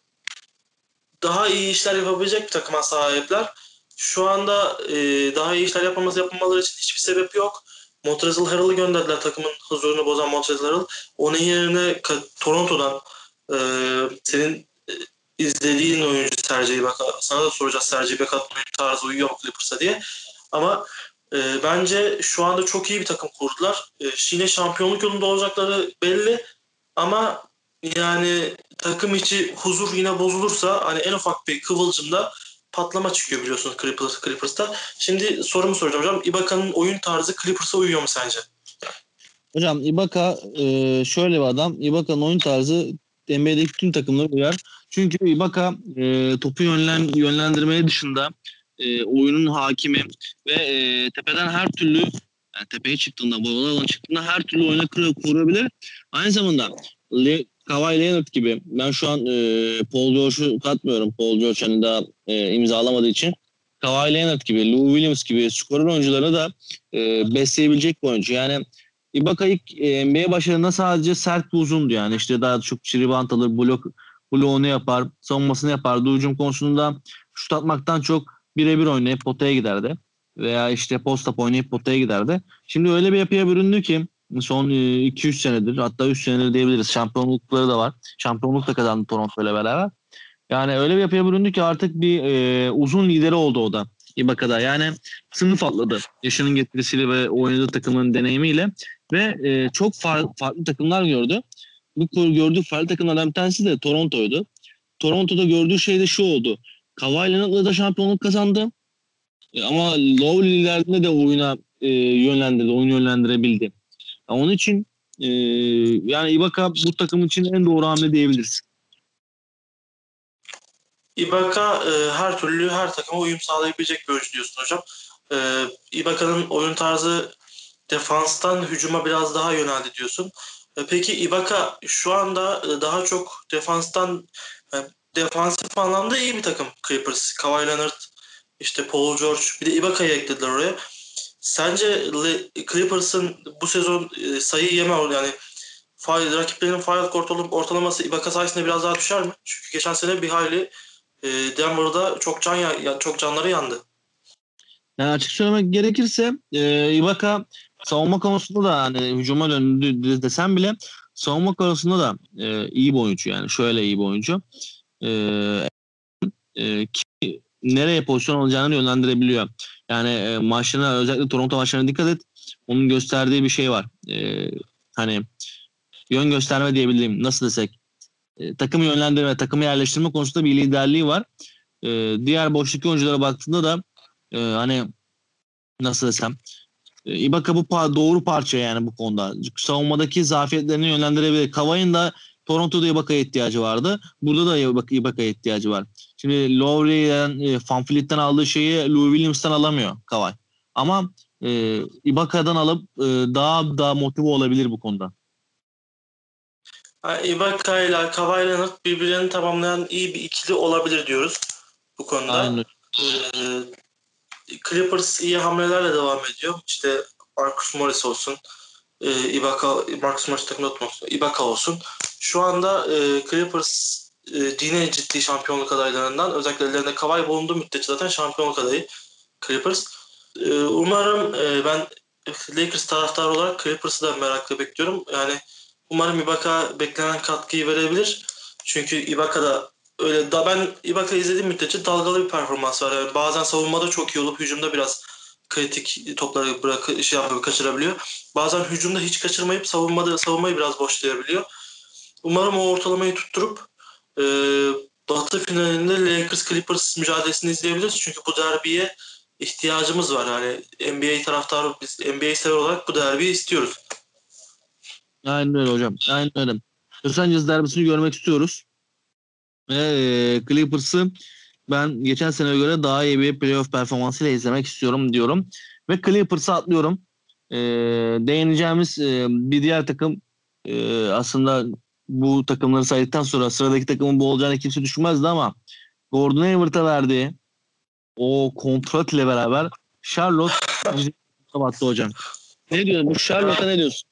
daha iyi işler yapabilecek bir takıma sahipler. Şu anda e, daha iyi işler yapmaması yapmamaları için hiçbir sebep yok. Montrezl Harrell'ı gönderdiler, takımın huzurunu bozan Montrezl Harrell. Onun yerine Toronto'dan e, senin e, izlediğin oyuncu Serge Ibaka. Sana da soracağız Serge Ibaka tarzı uyuyor mu Clippers'a diye. Ama e, bence şu anda çok iyi bir takım kurdular. E, yine şampiyonluk yolunda olacakları belli. Ama yani takım içi huzur yine bozulursa hani en ufak bir kıvılcımda patlama çıkıyor biliyorsunuz Clippers, Clippers'ta. Şimdi sorumu soracağım hocam. Ibaka'nın oyun tarzı Clippers'a uyuyor mu sence? Hocam Ibaka e, şöyle bir adam. Ibaka'nın oyun tarzı N B A'deki tüm takımlara uyar. Çünkü Ibaka e, topu yönlen, yönlendirmeye dışında e, oyunun hakimi ve e, tepeden her türlü yani tepeye çıktığında, boyalı alan çıktığında her türlü oyuna kur, kurabilir. Aynı zamanda Le, Kawhi Leonard gibi ben şu an e, Paul George'u katmıyorum. Paul George hani daha e, imzalamadığı için. Kawhi Leonard gibi, Lou Williams gibi skorer oyuncuları da e, besleyebilecek bir oyuncu. Yani Ibaka ilk e, N B A başlarında sadece sert bir uzundu yani. İşte daha çok rebound alır, blok, bloğunu yapar, savunmasını yapar. Hücum konusunda şut atmaktan çok birebir oynayıp potaya giderdi. Veya işte post-up oynayıp potaya giderdi. Şimdi öyle bir yapıya büründü ki son iki üç senedir hatta üç senedir diyebiliriz. Şampiyonlukları da var. Şampiyonluk da kazandı Toronto ile beraber. Yani öyle bir yapıya büründü ki artık bir e, uzun lideri oldu o da. Ibaka'da. Yani sınıf atladı. Yaşının getirisiyle ve oynadığı takımın deneyimiyle. Ve e, çok far, farklı takımlar gördü. Bu gördüğü farklı takımlardan bir tanesi de Toronto'ydu. Toronto'da gördüğü şey de şu oldu. Kawhi Leonard'la da şampiyonluk kazandı. E, ama Lowry liderliğinde de oyuna e, yönlendirdi. Oyunu yönlendirebildi. Yani onun için e, yani Ibaka bu takım için en doğru hamle diyebiliriz. Ibaka e, her türlü her takıma uyum sağlayabilecek bir oyuncu diyorsun hocam. E, Ibaka'nın oyun tarzı defanstan hücuma biraz daha yöneldi diyorsun. E, peki Ibaka şu anda e, daha çok defanstan e, defansif anlamda iyi bir takım Clippers. Kawhi Leonard, işte Paul George, bir de Ibaka'yı eklediler oraya. Sence Clippers'ın bu sezon e, sayı yeme yani faal, rakiplerinin faal ortalaması Ibaka sayesinde biraz daha düşer mi? Çünkü geçen sene bir hayli e, Denver'da çok can ya, çok canları yandı. Yani açık söylemek gerekirse e, Ibaka savunma konusunda da hani hücuma döndü desem bile savunma konusunda da e, iyi bir oyuncu yani. Şöyle iyi bir oyuncu. E, e, ki nereye pozisyon alacağını yönlendirebiliyor. Yani e, maçlarına özellikle Toronto maçlarına dikkat et. Onun gösterdiği bir şey var. E, hani yön gösterme diyebilirim. Nasıl desek. E, takımı yönlendirme, takımı yerleştirme konusunda bir liderliği var. E, diğer boştaki oyunculara baktığında da e, hani nasıl desem e, Ibaka bu pa- doğru parça yani bu konuda. Savunmadaki zafiyetlerini yönlendirebilir. Kawhi'nin da Toronto'da Ibaka'ya ihtiyacı vardı. Burada da Ibaka- Ibaka'ya ihtiyacı var. Şimdi Lowry'den, e, Van Vliet'ten aldığı şeyi Lou Williams'tan alamıyor Kawhi. Ama e, Ibaka'dan alıp e, daha daha motive olabilir bu konuda. Ha, Ibaka ile Kawhi Leonard birbirlerini tamamlayan iyi bir ikili olabilir diyoruz bu Aynen konuda. öyle. Ee, Clippers iyi hamlelerle devam ediyor. İşte Marcus Morris olsun, e, Ibaka, Marcus Morris takımda tutmasın, Ibaka olsun. Şu anda e, Clippers e, yine ciddi şampiyonluk adaylarından. Özellikle ellerinde Kawhi bulunduğu müddetçe zaten şampiyonluk adayı Clippers. E, umarım e, ben Lakers taraftarı olarak Clippers'ı da merakla bekliyorum. Yani umarım Ibaka beklenen katkıyı verebilir. Çünkü Ibaka da öyle da ben Ibaka izlediğim müddetçe dalgalı bir performans var. Yani bazen savunmada çok iyi olup hücumda biraz kritik topları bırak şey yapıp kaçırabiliyor. Bazen hücumda hiç kaçırmayıp savunmada savunmayı biraz boşlayabiliyor. Umarım o ortalamayı tutturup e, Batı finalinde Lakers Clippers mücadelesini izleyebiliriz. Çünkü bu derbiye ihtiyacımız var. Yani N B A taraftarı biz N B A sever olarak bu derbiyi istiyoruz. Aynen öyle hocam. Aynen öyle. Los Angeles derbisini görmek istiyoruz. Ve e, Clippers'ı ben geçen seneye göre daha iyi bir playoff performansıyla izlemek istiyorum diyorum. Ve Clippers'ı atlıyorum. E, değineceğimiz e, bir diğer takım e, aslında bu takımları saydıktan sonra sıradaki takımın bu olacağını kimse düşünmezdi ama Gordon Hayward'a verdiği o kontrat ile beraber Charlotte bizi battı hocam. Ne diyorsun? Bu Charlotte'a ne diyorsun?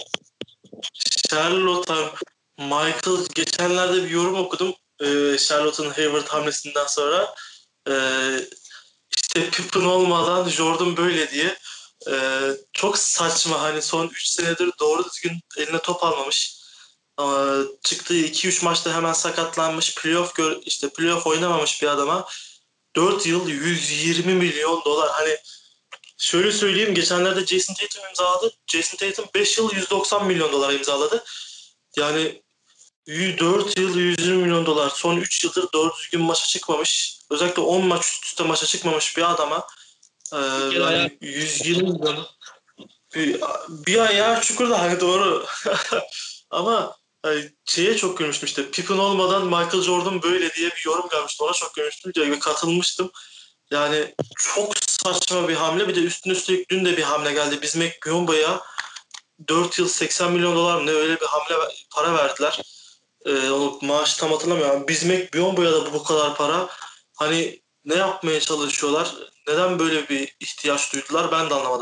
Charlotte'a Michael geçenlerde bir yorum okudum. Ee, Charlotte'un Hayward hamlesinden sonra ee, işte Pippen olmadan Jordan böyle diye. Ee, çok saçma, hani son üç senedir doğru düzgün eline top almamış. Ama çıktığı iki üç maçta hemen sakatlanmış. Playoff gör, işte playoff oynamamış bir adama dört yıl yüz yirmi milyon dolar. Hani şöyle söyleyeyim, geçenlerde Jason Tatum imzaladı. Jason Tatum beş yıl yüz doksan milyon dolar imzaladı. Yani dört yıl yüz yirmi milyon dolar. Son üç yıldır doğru düzgün maça çıkmamış. Özellikle on maç üst üste maça çıkmamış bir adama e, Bir kere ayağı yani yüz yirmi milyon bir, bir ayağı çukurda, hani doğru. Ama hani şeye çok gülmüştüm işte. Pippen olmadan Michael Jordan böyle diye bir yorum gelmişti. Ona çok gülmüştüm. Diye katılmıştım. Yani çok saçma bir hamle. Bir de üstüne üstlük dün de bir hamle geldi. Bismack Biyombo'ya dört yıl seksen milyon dolar mı ne öyle bir hamle para verdiler. Ee, onu maaşı tam hatırlamıyorum. Bismack Biyombo'ya da bu, bu kadar para. Hani ne yapmaya çalışıyorlar? Neden böyle bir ihtiyaç duydular? Ben de anlamadım.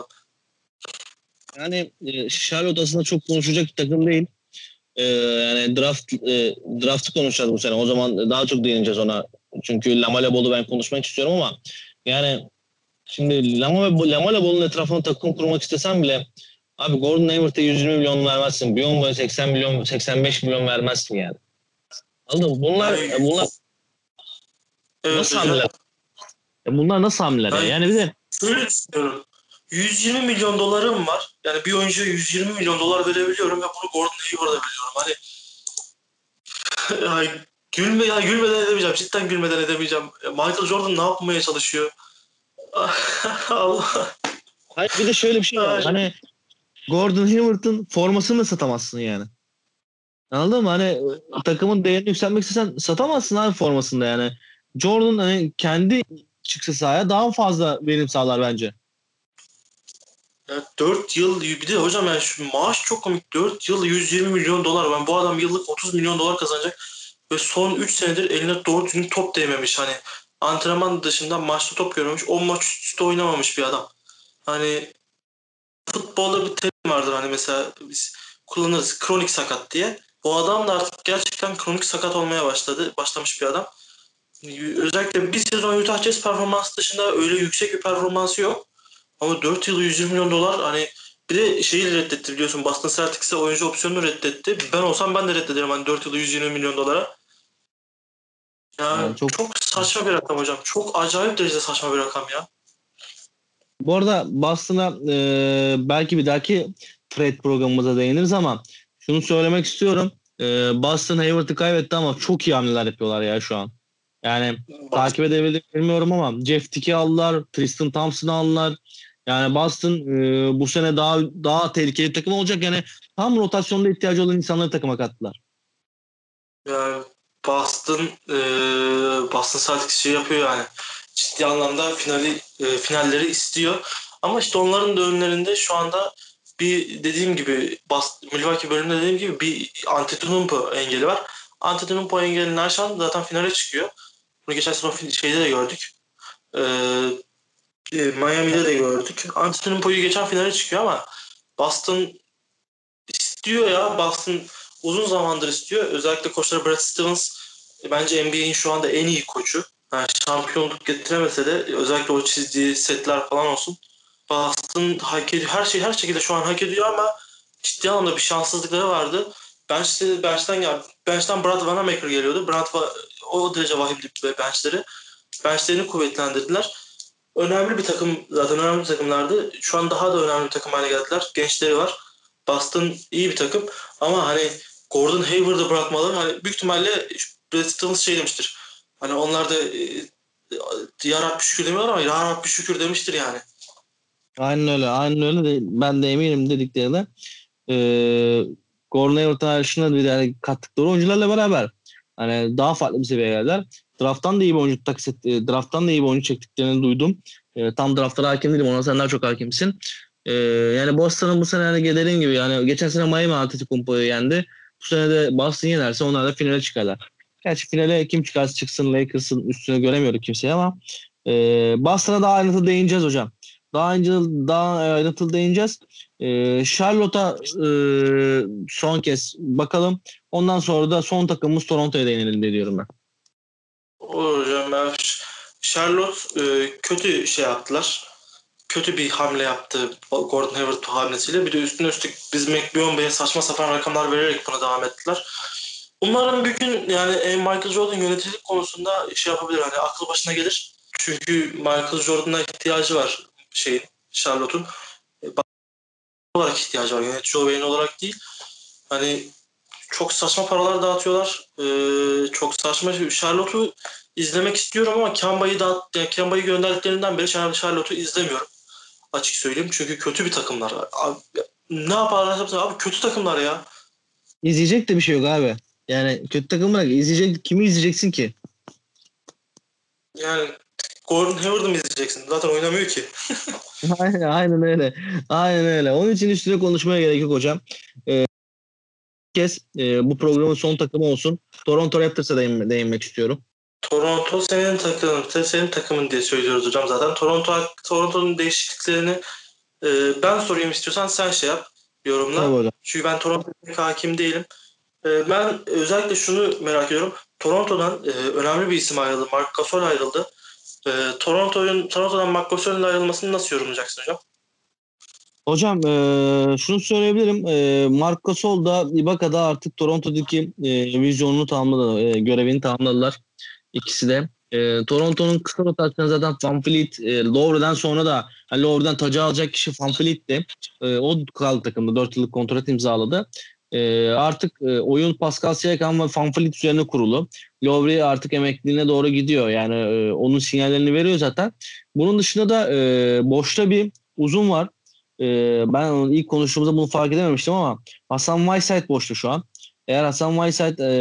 yani e, Charlotte aslında çok konuşacak bir takım değil. E, yani draft e, draft'ı konuşacağız bu sene. O zaman daha çok değineceğiz ona. Çünkü Lamelo Ball'u ben konuşmak istiyorum ama yani şimdi Lamelo, Lamelo Ball'un etrafına takım kurmak istesem bile abi Gordon Hayward'a yüz yirmi milyon vermezsin. Biyombo'ya seksen milyon seksen beş milyon vermezsin yani. Anladın mı? Bunlar Yani, bunlar evet nasıl hocam. hamleler? Bunlar nasıl hamleler ya? Yani Yani bir de şöyle düşünüyorum. yüz yirmi milyon dolarım var. Yani bir oyuncuya yüz yirmi milyon dolar verebiliyorum ve bunu Gordon Hayward'a veriyorum. Hani ya, gülme ya gülmeden edemeyeceğim. Cidden gülmeden edemeyeceğim. Michael Jordan ne yapmaya çalışıyor? Allah. hayır, bir de şöyle bir şey var. Ay. Hani Gordon Hayward'ın formasını da satamazsın yani. Anladın mı? Hani takımın değerini yükseltmek istesen satamazsın abi formasında yani. Jordan hani kendi çıksa sahaya daha fazla verim sağlar bence. Ya dört yıl bir de hocam, yani şu maaş çok komik. dört yıl yüz yirmi milyon dolar. Ben bu adam yıllık otuz milyon dolar kazanacak ve son üç senedir eline doğru düzgün top değmemiş. Hani antrenman dışında maçta top görmemiş. on maç üst üste oynamamış bir adam. Hani futbolda bir terim vardır, hani mesela biz kullanırız kronik sakat diye. Bu adam da artık gerçekten kronik sakat olmaya başladı. Başlamış bir adam. Özellikle bir sezon Utah Jazz performansı dışında öyle yüksek bir performansı yok. Ama dört yıl yüz yirmi milyon dolar, hani bir de şeyi reddetti biliyorsun. Boston Celtics'e oyuncu opsiyonunu reddetti. Ben olsam ben de reddederim hani dört yıl yüz yirmi milyon dolara. Ya Yani çok. çok saçma bir rakam hocam. Çok acayip derecede saçma bir rakam ya. Bu arada Boston'a e, belki bir dahaki trade programımıza değiniriz ama şunu söylemek istiyorum. E, Boston Hayward'ı kaybetti ama çok iyi hamleler yapıyorlar ya şu an. Yani Boston, takip edebilir bilmiyorum ama Jeff Tick'i aldılar, Tristan Thompson'ı aldılar. Yani Boston e, bu sene daha daha tehlikeli bir takım olacak. Yani tam rotasyonda ihtiyacı olan insanları takıma kattılar. yani Boston, e, Boston Celtics şey yapıyor yani. Ciddi anlamda finali e, finalleri istiyor. Ama işte onların da önlerinde şu anda bir dediğim gibi Boston, Milwaukee bölümünde dediğim gibi bir Antetokounmpo engeli var. Antetokounmpo engelini aşan zaten finale çıkıyor. Bunu geçen sezon fin- şeyde de gördük. Ee, e, Miami'de de gördük. Antetokounmpo'yu geçen finale çıkıyor ama Boston istiyor ya. Boston uzun zamandır istiyor. Özellikle koçları Brad Stevens e, bence N B A'in şu anda en iyi koçu. Yani şampiyonluk getiremese de e, özellikle o çizdiği setler falan olsun. Boston hak ediyor. Her şey her şekilde şu an hak ediyor ama ciddi anlamda bir şanssızlıkları vardı. Bench'te, bench'ten gel, bench'ten Brad Wanamaker geliyordu. Brad o derece vahimdi bench'leri. Bench'lerini kuvvetlendirdiler. Önemli bir takım, zaten önemli bir takımlardı. Şu an daha da önemli bir takım haline geldiler. Gençleri var. Boston iyi bir takım ama hani Gordon Hayward'ı bırakmaları hani büyük ihtimalle Brad Stevens şey demiştir. Hani onlar da e, ya Rabbi şükür demiyorlar ama ya Rabbi şükür demiştir yani. Aynen öyle. Aynen öyle de ben de eminim dediklerine. Ee, Gordon Hayward'ın dışında bir de kattıkları oyuncularla beraber hani daha farklı bir seviyeye geldiler. Draft'tan da iyi bir oyuncu taksit, e, draft'tan da iyi bir oyuncu çektiklerini duydum. E, tam draftlara hakim değilim. Ona sen daha çok hakimsin. E, yani Boston'ın bu sene hani dediğim gibi yani geçen sene Miami Antetokounmpo'yu yendi. Bu sene de Boston yenerse onlar da finale çıkarlar. Gerçi finale kim çıkarsa çıksın Lakers'ın üstüne göremiyorum kimseyi ama e, Boston'a daha ayrıntılı değineceğiz hocam. Daha önce daha ayrıntılı değineceğiz. Ee, Charlotte'a e, son kez bakalım. Ondan sonra da son takımımız Toronto'ya değinelim de diyorum ben. Hocam ben Charlotte e, kötü şey yaptılar. Kötü bir hamle yaptı Gordon Hayward hamlesiyle. Bir de üstüne üstlük biz McMillan Bey'e saçma sapan rakamlar vererek buna devam ettiler. Umarım bir gün yani e, Michael Jordan yöneticilik konusunda şey yapabilir. Hani aklı başına gelir. Çünkü Michael Jordan'a ihtiyacı var şeyin, Charlotte'un. E, olarak ihtiyacı var. Yönetici olarak olarak değil. Hani çok saçma paralar dağıtıyorlar. Ee, çok saçma. Charlotte'u izlemek istiyorum ama Kemba'yı dağıt, yani Kemba'yı gönderdiklerinden beri Charlotte'u izlemiyorum. Açık söyleyeyim. Çünkü kötü bir takımlar. Abi, ne yaparlar yapsın abi kötü takımlar ya. İzleyecek de bir şey yok abi. Yani kötü takım bırak. İzleyecek, kimi izleyeceksin ki? Yani Gordon Hayward'ı mı izleyeceksin? Zaten oynamıyor ki. Aynen, aynen öyle. Aynen öyle. Onun için üstüne konuşmaya gerek yok hocam. Ee, bir kez e, bu programın son takımı olsun. Toronto Raptors'a değin, değinmek istiyorum. Toronto senin takımın, senin takımın diye söylüyoruz hocam zaten. Toronto Toronto'nun değişikliklerini e, ben sorayım istiyorsan sen şey yap, Tabii yorumla. hocam. Çünkü ben Toronto'ya hakim değilim. E, ben özellikle şunu merak ediyorum. Toronto'dan e, önemli bir isim ayrıldı. Marc Gasol ayrıldı. E, Toronto'nun Toronto'dan Marc Gasol'ün ayrılmasını nasıl yorumlayacaksın hocam? Hocam e, şunu söyleyebilirim. E, Marc Gasol da Ibaka'da artık Toronto'daki e, vizyonunu tamamladı. E, görevini tamamladılar. İkisi de. E, Toronto'nun kısa rotasyonu zaten VanVleet, e, Lowry'den sonra da hani Lowry'den tacı alacak kişi VanVleet'ti. E, o kaldı takımda. dört yıllık kontrat imzaladı. E, artık e, oyun Pascal Siakam ve VanVleet üzerine kurulu. Lowry artık emekliliğine doğru gidiyor. Yani e, onun sinyallerini veriyor zaten. Bunun dışında da e, boşta bir uzun var. E, ben onun ilk konuştuğumuzda bunu fark edememiştim ama Hasan Whiteside boşta şu an. Eğer Hasan Whiteside e,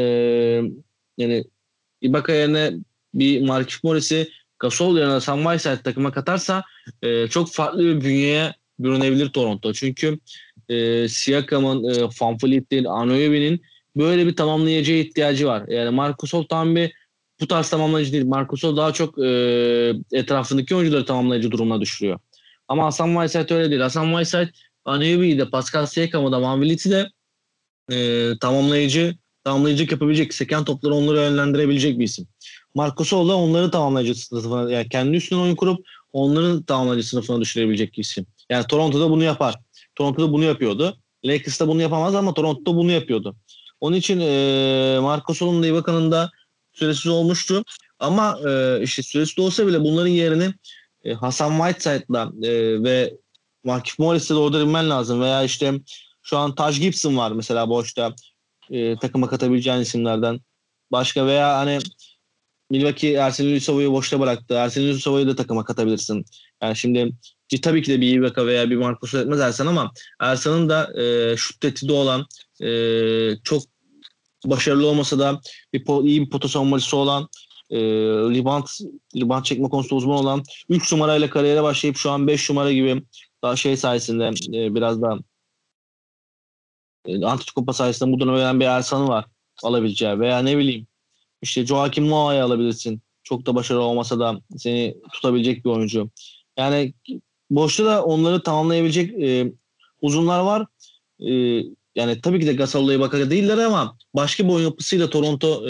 yani Ibaka yerine bir Markieff Morris'i Gasol yerine Sam Whiteside takıma katarsa e, çok farklı bir bünyeye bürünebilir Toronto. Çünkü e, Siakam'ın, e, Van Vliet'in, Anunoby'nin böyle bir tamamlayıcıya ihtiyacı var. Yani Marc Gasol tam bir bu tarz tamamlayıcı değil. Marc Gasol daha çok e, etrafındaki oyuncuları tamamlayıcı durumuna düşürüyor. Ama Hasan Whiteside öyle değil. Hasan Whiteside Anunoby'yi de Pascal Siakam'ı da Van Vliet'i de e, tamamlayıcı tamamlayıcılık yapabilecek, seken topları onları yönlendirebilecek bir isim. Marc Gasol da onları tamamlayıcı sınıfına, yani kendi üstüne oyun kurup onların tamamlayıcı sınıfına düşürebilecek bir isim. Yani Toronto'da bunu yapar. Toronto'da bunu yapıyordu. Lakers'ta bunu yapamaz ama Toronto'da bunu yapıyordu. Onun için e, Marc Gasol'un da Ibaka'nın da süresiz olmuştu. Ama e, işte süresiz olsa bile bunların yerini e, Hasan Whiteside'la e, ve Markieff Morris'le doldurabilmen lazım. Veya işte şu an Taj Gibson var mesela boşta e, takıma katabileceğin isimlerden. Başka veya hani Milwaukee Ersan İlyasov'u boşta bıraktı. Ersan İlyasov'u da takıma katabilirsin. Yani şimdi tabii ki de bir Ibaka veya bir Marcus etmez Ersan ama Ersan'ın da e, şut tehdidi olan e, çok başarılı olmasa da bir po- iyi bir pota savunmacısı olan e, rebound, rebound çekme konusunda uzman olan üç numarayla kariyere başlayıp şu an beş numara gibi daha şey sayesinde e, biraz daha e, Antetokounmpo sayesinde buradan öğrenen bir Ersan'ı var alabileceği veya ne bileyim işte Joakim Noah'yı alabilirsin. Çok da başarılı olmasa da seni tutabilecek bir oyuncu. Yani boşta da onları tamamlayabilecek e, uzunlar var. E, Yani tabii ki de Gasol'la Ibaka değiller ama başka bir oyun yapısıyla Toronto e,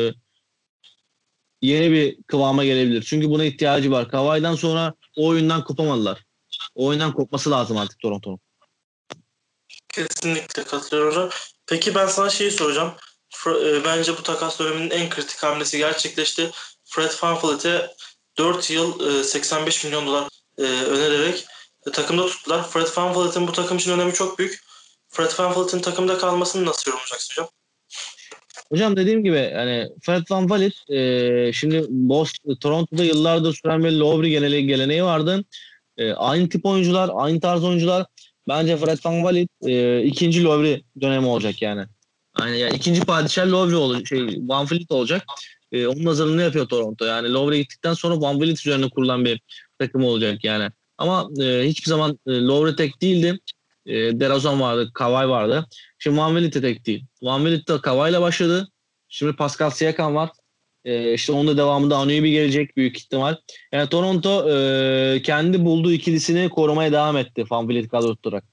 yeni bir kıvama gelebilir. Çünkü buna ihtiyacı var. Kawhi'den sonra o oyundan kopamadılar. O oyundan kopması lazım artık Toronto'nun. Kesinlikle katılıyorum hocam. Peki ben sana şeyi soracağım. Fr- e, Bence bu takas döneminin en kritik hamlesi gerçekleşti. Fred VanVleet'e dört yıl e, seksen beş milyon dolar e, önererek e, takımda tuttular. Fred VanVleet'in bu takım için önemi çok büyük. Fred VanVleet'in takımda kalmasını nasıl yorumlayacaksın hocam? Hocam dediğim gibi yani Fred VanVleet e, şimdi Boston, Toronto'da yıllardır süren bir Lowry geleneği, geleneği vardı. E, aynı tip oyuncular, aynı tarz oyuncular. Bence Fred VanVleet e, ikinci Lowry dönemi olacak yani. Yani, yani ikinci padişah Lowry olacak, şey VanVleet olacak. E, onun hazırlığını yapıyor Toronto. Yani Lowry gittikten sonra VanVleet üzerine kurulan bir takım olacak yani. Ama e, hiçbir zaman e, Lowry tek değildi. E, DeRozan vardı, Kawhi vardı. Şimdi VanVleet de tek değil. VanVleet de Kawhi'yle başladı. Şimdi Pascal Siakam var. E, işte onun da devamında Anunoby gelecek büyük ihtimal. Yani Toronto e, kendi bulduğu ikilisini korumaya devam etti VanVleet kadro tutarak.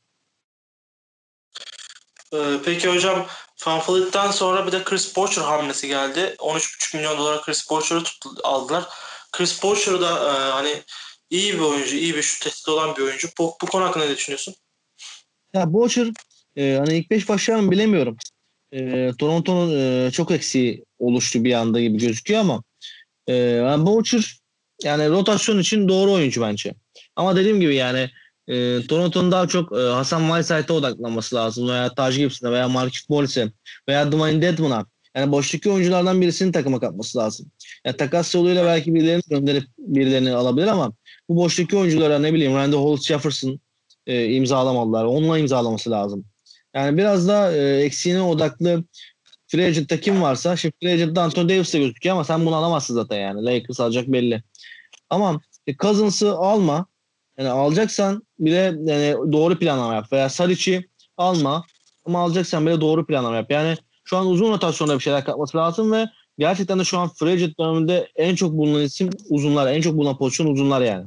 E, peki hocam VanVleet'ten sonra bir de Chris Bosh'er hamlesi geldi. on üç buçuk milyon dolara Chris Bosh'er'ı aldılar. Chris Bosh'er da e, hani iyi bir oyuncu, iyi bir şut tehdidi olan bir oyuncu. Bu, bu konu hakkında ne düşünüyorsun? Ya Boucher e, hani ilk beş başlar mı bilemiyorum. E, Toronto'nun e, çok eksiği oluştu bir anda gibi gözüküyor ama e, yani Boucher yani rotasyon için doğru oyuncu bence. Ama dediğim gibi yani e, Toronto'nun daha çok e, Hasan Whiteside'a odaklanması lazım veya Taj Gibson'a veya Markieff Morris'e veya Dwayne Dedmon'a. Yani boştaki oyunculardan birisini takıma katması lazım. Yani takas yoluyla belki birilerini gönderip birilerini alabilir ama bu boştaki oyunculara ne bileyim Randy Holmes Jefferson e, imzalamalılar. Onunla imzalaması lazım. Yani biraz da e, eksiğine odaklı free agent'ta kim varsa şimdi free agent'ta Anthony Davis de gözüküyor ama sen bunu alamazsın zaten yani. Lakers alacak belli. Ama e, Cousins'ı alma. Yani alacaksan bile yani doğru planlama yap. Veya Saric'i alma. Ama alacaksan bile doğru planlama yap. Yani şu an uzun rotasyonda bir şeyler katması lazım ve gerçekten de şu an free agent döneminde en çok bulunan isim uzunlar. En çok bulunan pozisyon uzunlar yani.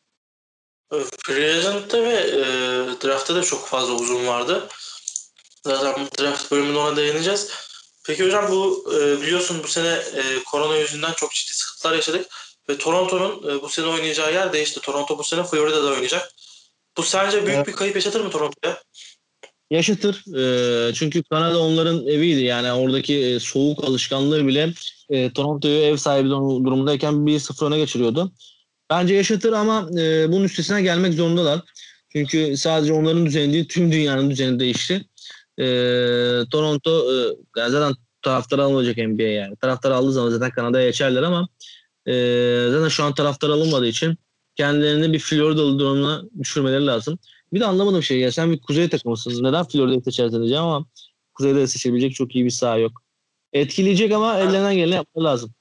Free Agent'te ve e, draft'ta da çok fazla uzun vardı. Zaten draft bölümünde ona değineceğiz. Peki hocam bu e, biliyorsun bu sene e, korona yüzünden çok ciddi sıkıntılar yaşadık. Ve Toronto'nun e, bu sene oynayacağı yer değişti. Toronto bu sene Florida'da oynayacak. Bu sence büyük bir kayıp yaşatır mı Toronto'ya? Yaşatır. E, çünkü Kanada onların eviydi. Yani oradaki e, soğuk alışkanlığı bile e, Toronto'yu ev sahibi durumundayken bir sıfır öne geçiriyordu. Bence yaşatır ama e, bunun üstesine gelmek zorundalar. Çünkü sadece onların düzeni değil tüm dünyanın düzeni değişti. E, Toronto e, yani zaten taraftar almayacak N B A yani. Taraftar aldığı zaman zaten Kanada'ya geçerler ama e, zaten şu an taraftar alınmadığı için kendilerini bir Floridalı durumuna düşürmeleri lazım. Bir de anlamadığım şey ya sen bir kuzey takımısın. Neden Florida'yı seçersin diyeceğim ama kuzeyde seçebilecek çok iyi bir saha yok. Etkileyecek ama Ben, ellerinden geleni yapmaları lazım.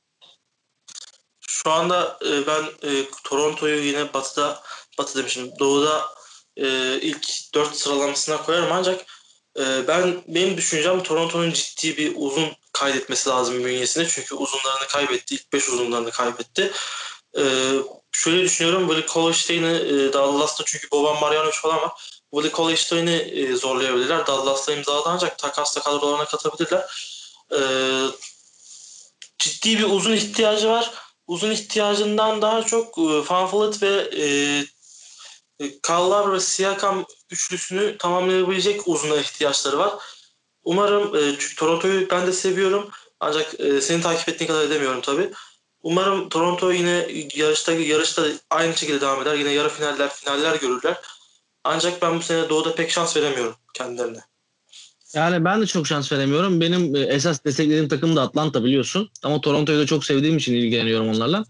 şu anda e, ben e, Toronto'yu yine batıda, batı demişim, doğuda e, ilk dört sıralamasına koyarım ancak e, ben benim düşüncem Toronto'nun ciddi bir uzun kaydetmesi lazım bünyesine. Çünkü uzunlarını kaybetti. İlk beş uzunlarını kaybetti. Ee, Şöyle düşünüyorum. Willie Cauley-Stein'i e, Dallas'ta çünkü Boban Marjanovic falan var. Willie Cauley-Stein'i e, zorlayabilirler. Dallas'ta imzaladı ancak takasla kadrolarına katabilirler. Ee, Ciddi bir uzun ihtiyacı var. Uzun ihtiyacından daha çok e, Van Vliet ve e, e, Kallar ve Siakam üçlüsünü tamamlayabilecek uzuna ihtiyaçları var. Umarım e, çünkü Toronto'yu ben de seviyorum. Ancak e, seni takip ettiğin kadar edemiyorum tabii. Umarım Toronto yine yarışta yarışta aynı şekilde devam eder. Yine yarı finaller, finaller görürler. Ancak ben bu sene Doğu'da pek şans veremiyorum kendilerine. Yani ben de çok şans veremiyorum. Benim e, esas desteklediğim takım da Atlanta biliyorsun. Ama Toronto'yu da çok sevdiğim için ilgileniyorum onlarla.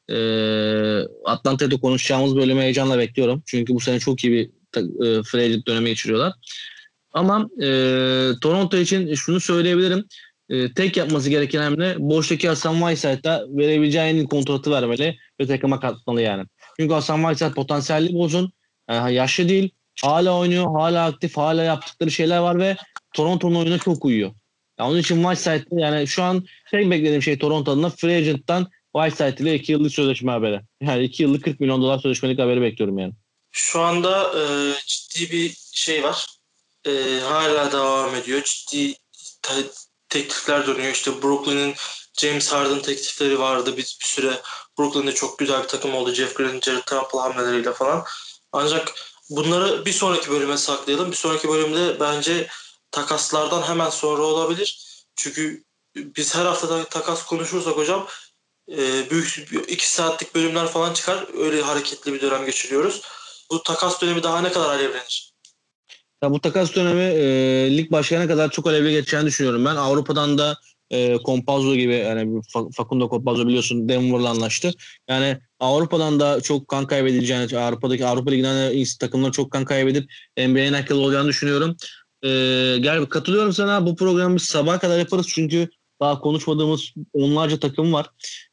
Ee, Atlanta'da konuşacağımız bölümü heyecanla bekliyorum. Çünkü bu sene çok iyi bir ta- e, free agent dönemi geçiriyorlar. Ama e, Toronto için şunu söyleyebilirim. E, tek yapması gereken hamle boştaki Hasan Whiteside'a verebileceği en iyi kontratı vermeli ve takıma katmalı yani. Çünkü Hasan Whiteside potansiyelli bir uzun. E, yaşlı değil. Hala oynuyor. Hala aktif. Hala yaptıkları şeyler var ve Toronto'nun oyuna çok uyuyor. Yani onun için Whiteside'de yani şu an tek beklediğim şey Toronto'nun free agent'tan Whiteside ile iki yıllık sözleşme haberi. Yani iki yıllık kırk milyon dolar sözleşmelik haberi bekliyorum yani. Şu anda e, ciddi bir şey var. E, hala devam ediyor. Ciddi te- teklifler dönüyor. İşte Brooklyn'in James Harden teklifleri vardı. Biz bir süre Brooklyn'de çok güzel bir takım oldu. Jeff Green, Jared Temple hamleleriyle falan. Ancak bunları bir sonraki bölüme saklayalım. Bir sonraki bölümde bence takaslardan hemen sonra olabilir. Çünkü biz her hafta da takas konuşursak hocam e, büyük iki saatlik bölümler falan çıkar. Öyle hareketli bir dönem geçiriyoruz. Bu takas dönemi daha ne kadar alevlenir? Ya bu takas dönemi e, lig başlayana kadar çok alevli geçeceğini düşünüyorum ben. Avrupa'dan da e, Compazzo gibi yani Fa- Facundo Compazzo biliyorsun Denver'la anlaştı. Yani Avrupa'dan da çok kan kaybedileceğini, Avrupa'daki Avrupa Ligi'nden de takımlar çok kan kaybedip N B A'nin hakkında olacağını düşünüyorum. E, gel katılıyorum sana. Bu programı biz sabaha kadar yaparız çünkü daha konuşmadığımız onlarca takım var.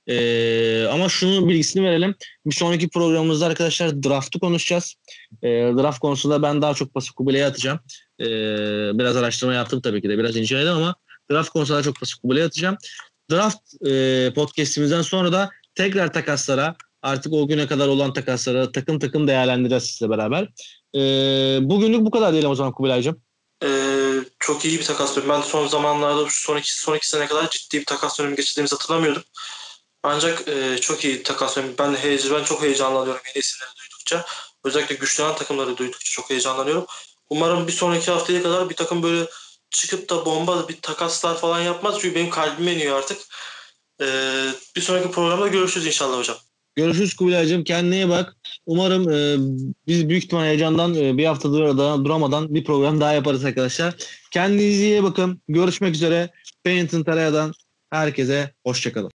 E, ama şunu bilgisini verelim. Bir sonraki programımızda arkadaşlar draft'ı konuşacağız. E, draft konusunda ben daha çok pası Kubilay'a atacağım. E, biraz araştırma yaptım tabii ki de. Biraz inceledim ama draft konusunda daha çok pası Kubilay'a atacağım. Draft e, podcastimizden sonra da tekrar takaslara artık o güne kadar olan takaslara takım takım değerlendireceğiz sizle beraber. E, bugünlük bu kadar diyelim o zaman Kubilay'cığım. E, Çok iyi bir takas dönemi. Ben son zamanlarda şu son iki, son iki sene kadar ciddi bir takas dönemi geçirdiğimizi hatırlamıyordum. Ancak e, çok iyi takas dönemi. Ben, heyecan, ben çok heyecanlanıyorum yeni isimleri duydukça. Özellikle güçlenen takımları duydukça çok heyecanlanıyorum. Umarım bir sonraki haftaya kadar bir takım böyle çıkıp da bomba bir takaslar falan yapmaz. Çünkü benim kalbime iniyor artık. E, Bir sonraki programda görüşürüz inşallah hocam. Görüşürüz Kubilay'cığım. Kendine iyi bak. Umarım e, biz büyük ihtimal heyecandan e, bir hafta durmadan, duramadan bir program daha yaparız arkadaşlar. Kendinize iyi bakın. Görüşmek üzere. Pennington Taraya'dan herkese hoşçakalın.